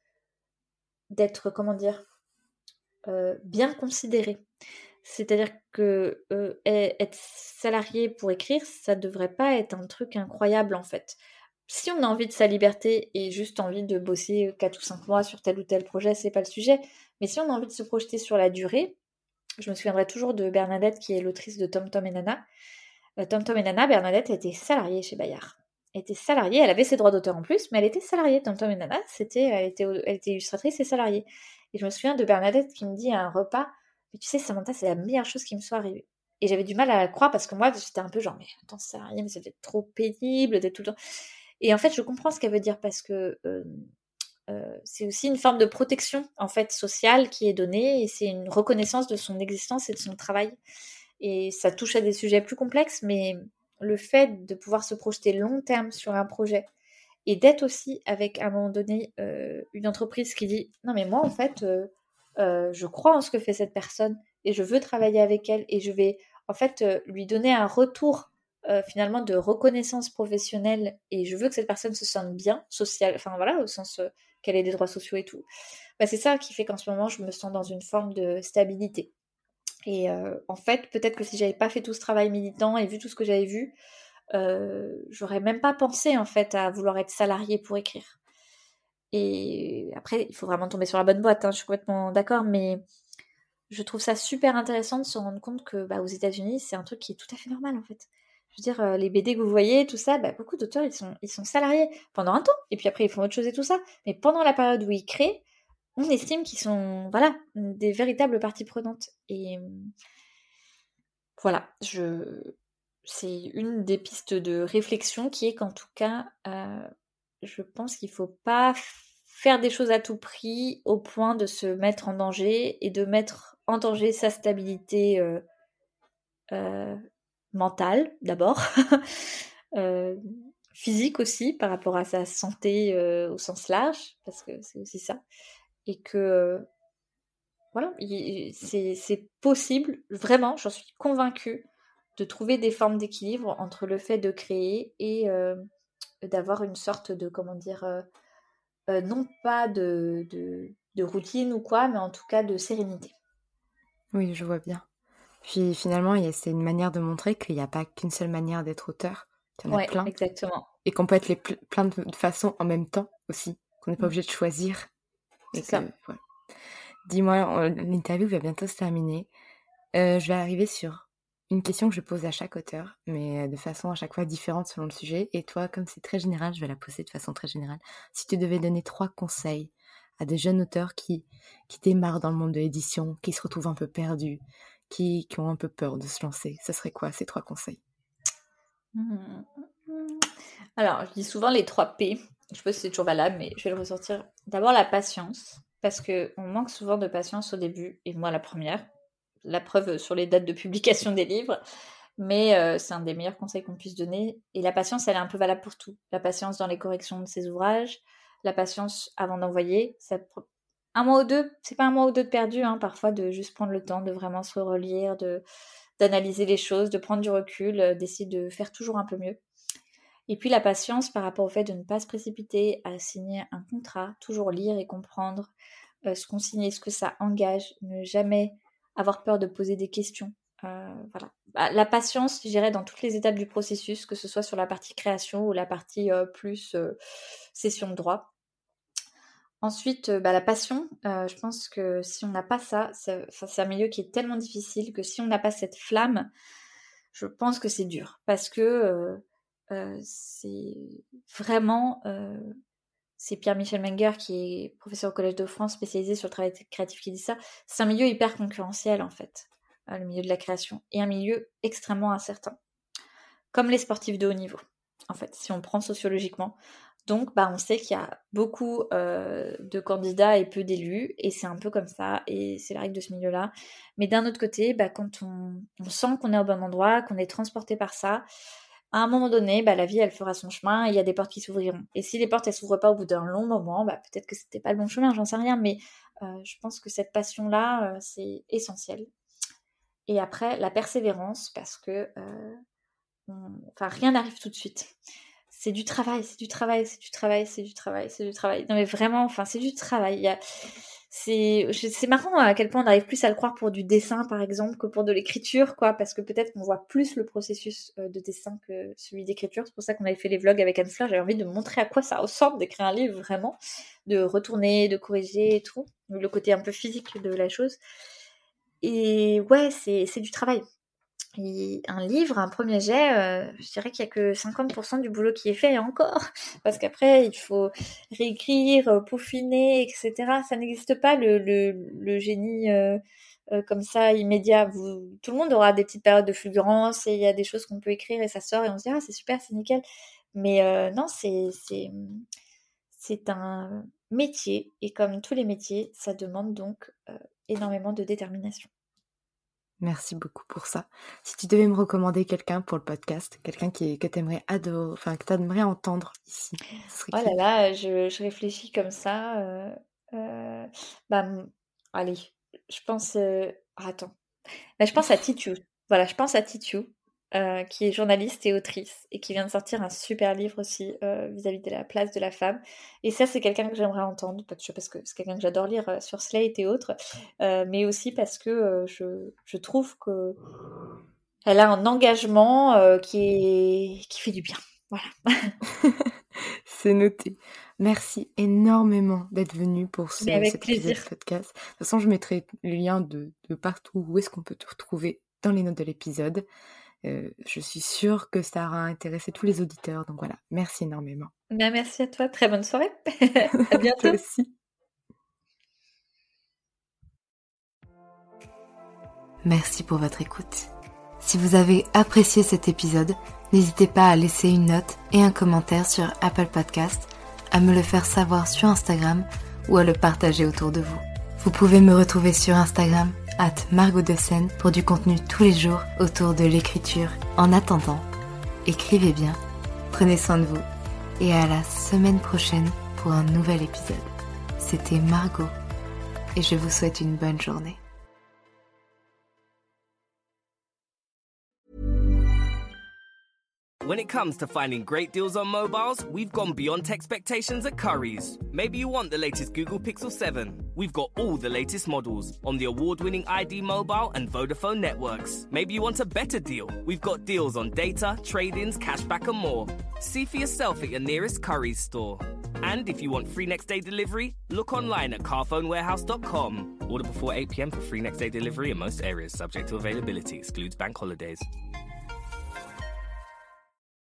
d'être, comment dire, euh, bien considérée. C'est-à-dire que euh, être salarié pour écrire, ça devrait pas être un truc incroyable, en fait. Si on a envie de sa liberté et juste envie de bosser quatre ou cinq mois sur tel ou tel projet, c'est pas le sujet. Mais si on a envie de se projeter sur la durée, je me souviendrai toujours de Bernadette, qui est l'autrice de Tom Tom et Nana. Euh, Tom Tom et Nana, Bernadette était salariée chez Bayard. Elle était salariée, elle avait ses droits d'auteur en plus, mais elle était salariée. Tom Tom et Nana, c'était, elle était, elle était illustratrice et salariée. Et je me souviens de Bernadette qui me dit à un repas, mais tu sais, Samantha, c'est la meilleure chose qui me soit arrivée. Et j'avais du mal à la croire parce que moi, j'étais un peu genre, mais attends, salariée, mais c'était trop pénible d'être tout le temps. Et en fait, je comprends ce qu'elle veut dire parce que euh, euh, c'est aussi une forme de protection en fait sociale qui est donnée et c'est une reconnaissance de son existence et de son travail. Et ça touche à des sujets plus complexes, mais le fait de pouvoir se projeter long terme sur un projet et d'être aussi avec à un moment donné euh, une entreprise qui dit non mais moi en fait euh, euh, je crois en ce que fait cette personne et je veux travailler avec elle et je vais en fait euh, lui donner un retour euh, finalement de reconnaissance professionnelle et je veux que cette personne se sente bien, sociale, enfin voilà, au sens euh, qu'elle ait des droits sociaux et tout. Bah, c'est ça qui fait qu'en ce moment je me sens dans une forme de stabilité. Et euh, en fait, peut-être que si j'avais pas fait tout ce travail militant et vu tout ce que j'avais vu, euh, j'aurais même pas pensé en fait à vouloir être salariée pour écrire. Et après, il faut vraiment tomber sur la bonne boîte, hein, je suis complètement d'accord, mais je trouve ça super intéressant de se rendre compte que bah, aux États-Unis, c'est un truc qui est tout à fait normal en fait. Je veux dire, euh, les B D que vous voyez, tout ça, bah, beaucoup d'auteurs, ils sont, ils sont salariés pendant un temps, et puis après, ils font autre chose et tout ça. Mais pendant la période où ils créent, on estime qu'ils sont, voilà, des véritables parties prenantes. Et euh, voilà, je... c'est une des pistes de réflexion qui est qu'en tout cas, euh, je pense qu'il faut pas faire des choses à tout prix au point de se mettre en danger et de mettre en danger sa stabilité euh, euh, mentale d'abord, euh, physique aussi par rapport à sa santé euh, au sens large, parce que c'est aussi ça, et que euh, voilà, il- c'est c'est possible, vraiment, j'en suis convaincue, de trouver des formes d'équilibre entre le fait de créer et euh, d'avoir une sorte de, comment dire, euh, euh, non pas de, de, de routine ou quoi, mais en tout cas de sérénité. Oui, je vois bien. Puis finalement, il y a- c'est une manière de montrer qu'il n'y a pas qu'une seule manière d'être auteur, qu'il y en a Ouais, plein, exactement. et qu'on peut être les pl- plein de, de façons en même temps aussi, qu'on n'est pas Mm. obligé de choisir. Et C'est que, ça. voilà. Dis-moi, on- l'interview va bientôt se terminer. Euh, je vais arriver sur une question que je pose à chaque auteur, mais euh, de façon à chaque fois différente selon le sujet. Et toi, comme c'est très général, je vais la poser de façon très générale. Si tu devais donner trois conseils à des jeunes auteurs qui, qui démarrent dans le monde de l'édition, qui se retrouvent un peu perdus, qui, qui ont un peu peur de se lancer, ce serait quoi ces trois conseils? Mm. Alors, je dis souvent les trois P. Je sais pas si c'est toujours valable, mais je vais le ressortir. D'abord, la patience, parce que on manque souvent de patience au début, et moi la première. La preuve sur les dates de publication des livres. Mais euh, c'est un des meilleurs conseils qu'on puisse donner. Et la patience, elle est un peu valable pour tout. La patience dans les corrections de ses ouvrages, la patience avant d'envoyer. Ça... Un mois ou deux, c'est pas un mois ou deux de perdu, hein, parfois de juste prendre le temps de vraiment se relire, de d'analyser les choses, de prendre du recul, euh, d'essayer de faire toujours un peu mieux. Et puis la patience par rapport au fait de ne pas se précipiter à signer un contrat, toujours lire et comprendre euh, ce qu'on signe, ce que ça engage, ne jamais avoir peur de poser des questions. Euh, voilà. Bah, la patience, je dirais, dans toutes les étapes du processus, que ce soit sur la partie création ou la partie euh, plus euh, cession de droit. Ensuite, euh, bah, la passion, euh, je pense que si on n'a pas ça, c'est, c'est un milieu qui est tellement difficile que si on n'a pas cette flamme, je pense que c'est dur. Parce que euh, euh, c'est vraiment... Euh, c'est Pierre-Michel Menger qui est professeur au Collège de France spécialisé sur le travail créatif qui dit ça. C'est un milieu hyper concurrentiel en fait, le milieu de la création, et un milieu extrêmement incertain, comme les sportifs de haut niveau en fait, si on prend sociologiquement. Donc bah, on sait qu'il y a beaucoup euh, de candidats et peu d'élus, et c'est un peu comme ça, et c'est la règle de ce milieu-là. Mais d'un autre côté, bah, quand on, on sent qu'on est au bon endroit, qu'on est transporté par ça, à un moment donné, bah, la vie, elle fera son chemin et il y a des portes qui s'ouvriront. Et si les portes, elles s'ouvrent pas au bout d'un long moment, bah, peut-être que c'était pas le bon chemin, j'en sais rien, mais euh, je pense que cette passion-là, euh, c'est essentiel. Et après, la persévérance, parce que euh, on... enfin, rien n'arrive tout de suite. C'est du travail, c'est du travail, c'est du travail, c'est du travail, c'est du travail. Non mais vraiment, enfin, c'est du travail. Il y a... C'est... c'est marrant à quel point on arrive plus à le croire pour du dessin, par exemple, que pour de l'écriture, quoi, parce que peut-être qu'on voit plus le processus de dessin que celui d'écriture. C'est pour ça qu'on avait fait les vlogs avec Anne Fleur. J'avais envie de montrer à quoi ça ressemble d'écrire un livre, vraiment, de retourner, de corriger et tout, le côté un peu physique de la chose. Et ouais, c'est, c'est du travail. Et un livre, un premier jet, euh, je dirais qu'il n'y a que cinquante pour cent du boulot qui est fait, et encore. Parce qu'après, il faut réécrire, peaufiner, et cetera. Ça n'existe pas, le, le, le génie euh, euh, comme ça, immédiat. Vous, tout le monde aura des petites périodes de fulgurance, et il y a des choses qu'on peut écrire, et ça sort, et on se dit, ah, c'est super, c'est nickel. Mais euh, non, c'est, c'est, c'est un métier, et comme tous les métiers, ça demande donc euh, énormément de détermination. Merci beaucoup pour ça. Si tu devais me recommander quelqu'un pour le podcast, quelqu'un qui, que t'aimerais adorer, enfin que t'aimerais entendre ici, ce serait Oh là qui? là, je, je réfléchis comme ça. Euh, euh, bah, m- allez, je pense. Euh, ah, attends. Bah, je pense à Titu. Voilà, je pense à Titu, euh, qui est journaliste et autrice et qui vient de sortir un super livre aussi euh, vis-à-vis de la place de la femme. Et ça, c'est quelqu'un que j'aimerais entendre parce que parce que c'est quelqu'un que j'adore lire euh, sur Slate et autres, euh, mais aussi parce que euh, je, je trouve que elle a un engagement euh, qui est qui fait du bien. Voilà. C'est noté. Merci énormément d'être venu pour Mais ce- avec cet épisode de plaisir. podcast. De toute façon, je mettrai le lien de, de partout où est-ce qu'on peut te retrouver dans les notes de l'épisode. Euh, je suis sûre que ça aura intéressé tous les auditeurs. Donc voilà, merci énormément. Ben, merci à toi, très bonne soirée. À bientôt. Toi aussi. Merci pour votre écoute. Si vous avez apprécié cet épisode, n'hésitez pas à laisser une note et un commentaire sur Apple Podcast, à me le faire savoir sur Instagram ou à le partager autour de vous. Vous pouvez me retrouver sur Instagram arobase margot de seine pour du contenu tous les jours autour de l'écriture. En attendant, écrivez bien, prenez soin de vous et à la semaine prochaine pour un nouvel épisode. C'était Margot et je vous souhaite une bonne journée. When it comes to finding great deals on mobiles, we've gone beyond expectations at Currys. Maybe you want the latest Google Pixel seven. We've got all the latest models on the award-winning I D Mobile and Vodafone networks. Maybe you want a better deal. We've got deals on data, trade-ins, cashback and more. See for yourself at your nearest Currys store. And if you want free next-day delivery, look online at carphone warehouse dot com. Order before eight p.m. for free next-day delivery in most areas, subject to availability, excludes bank holidays.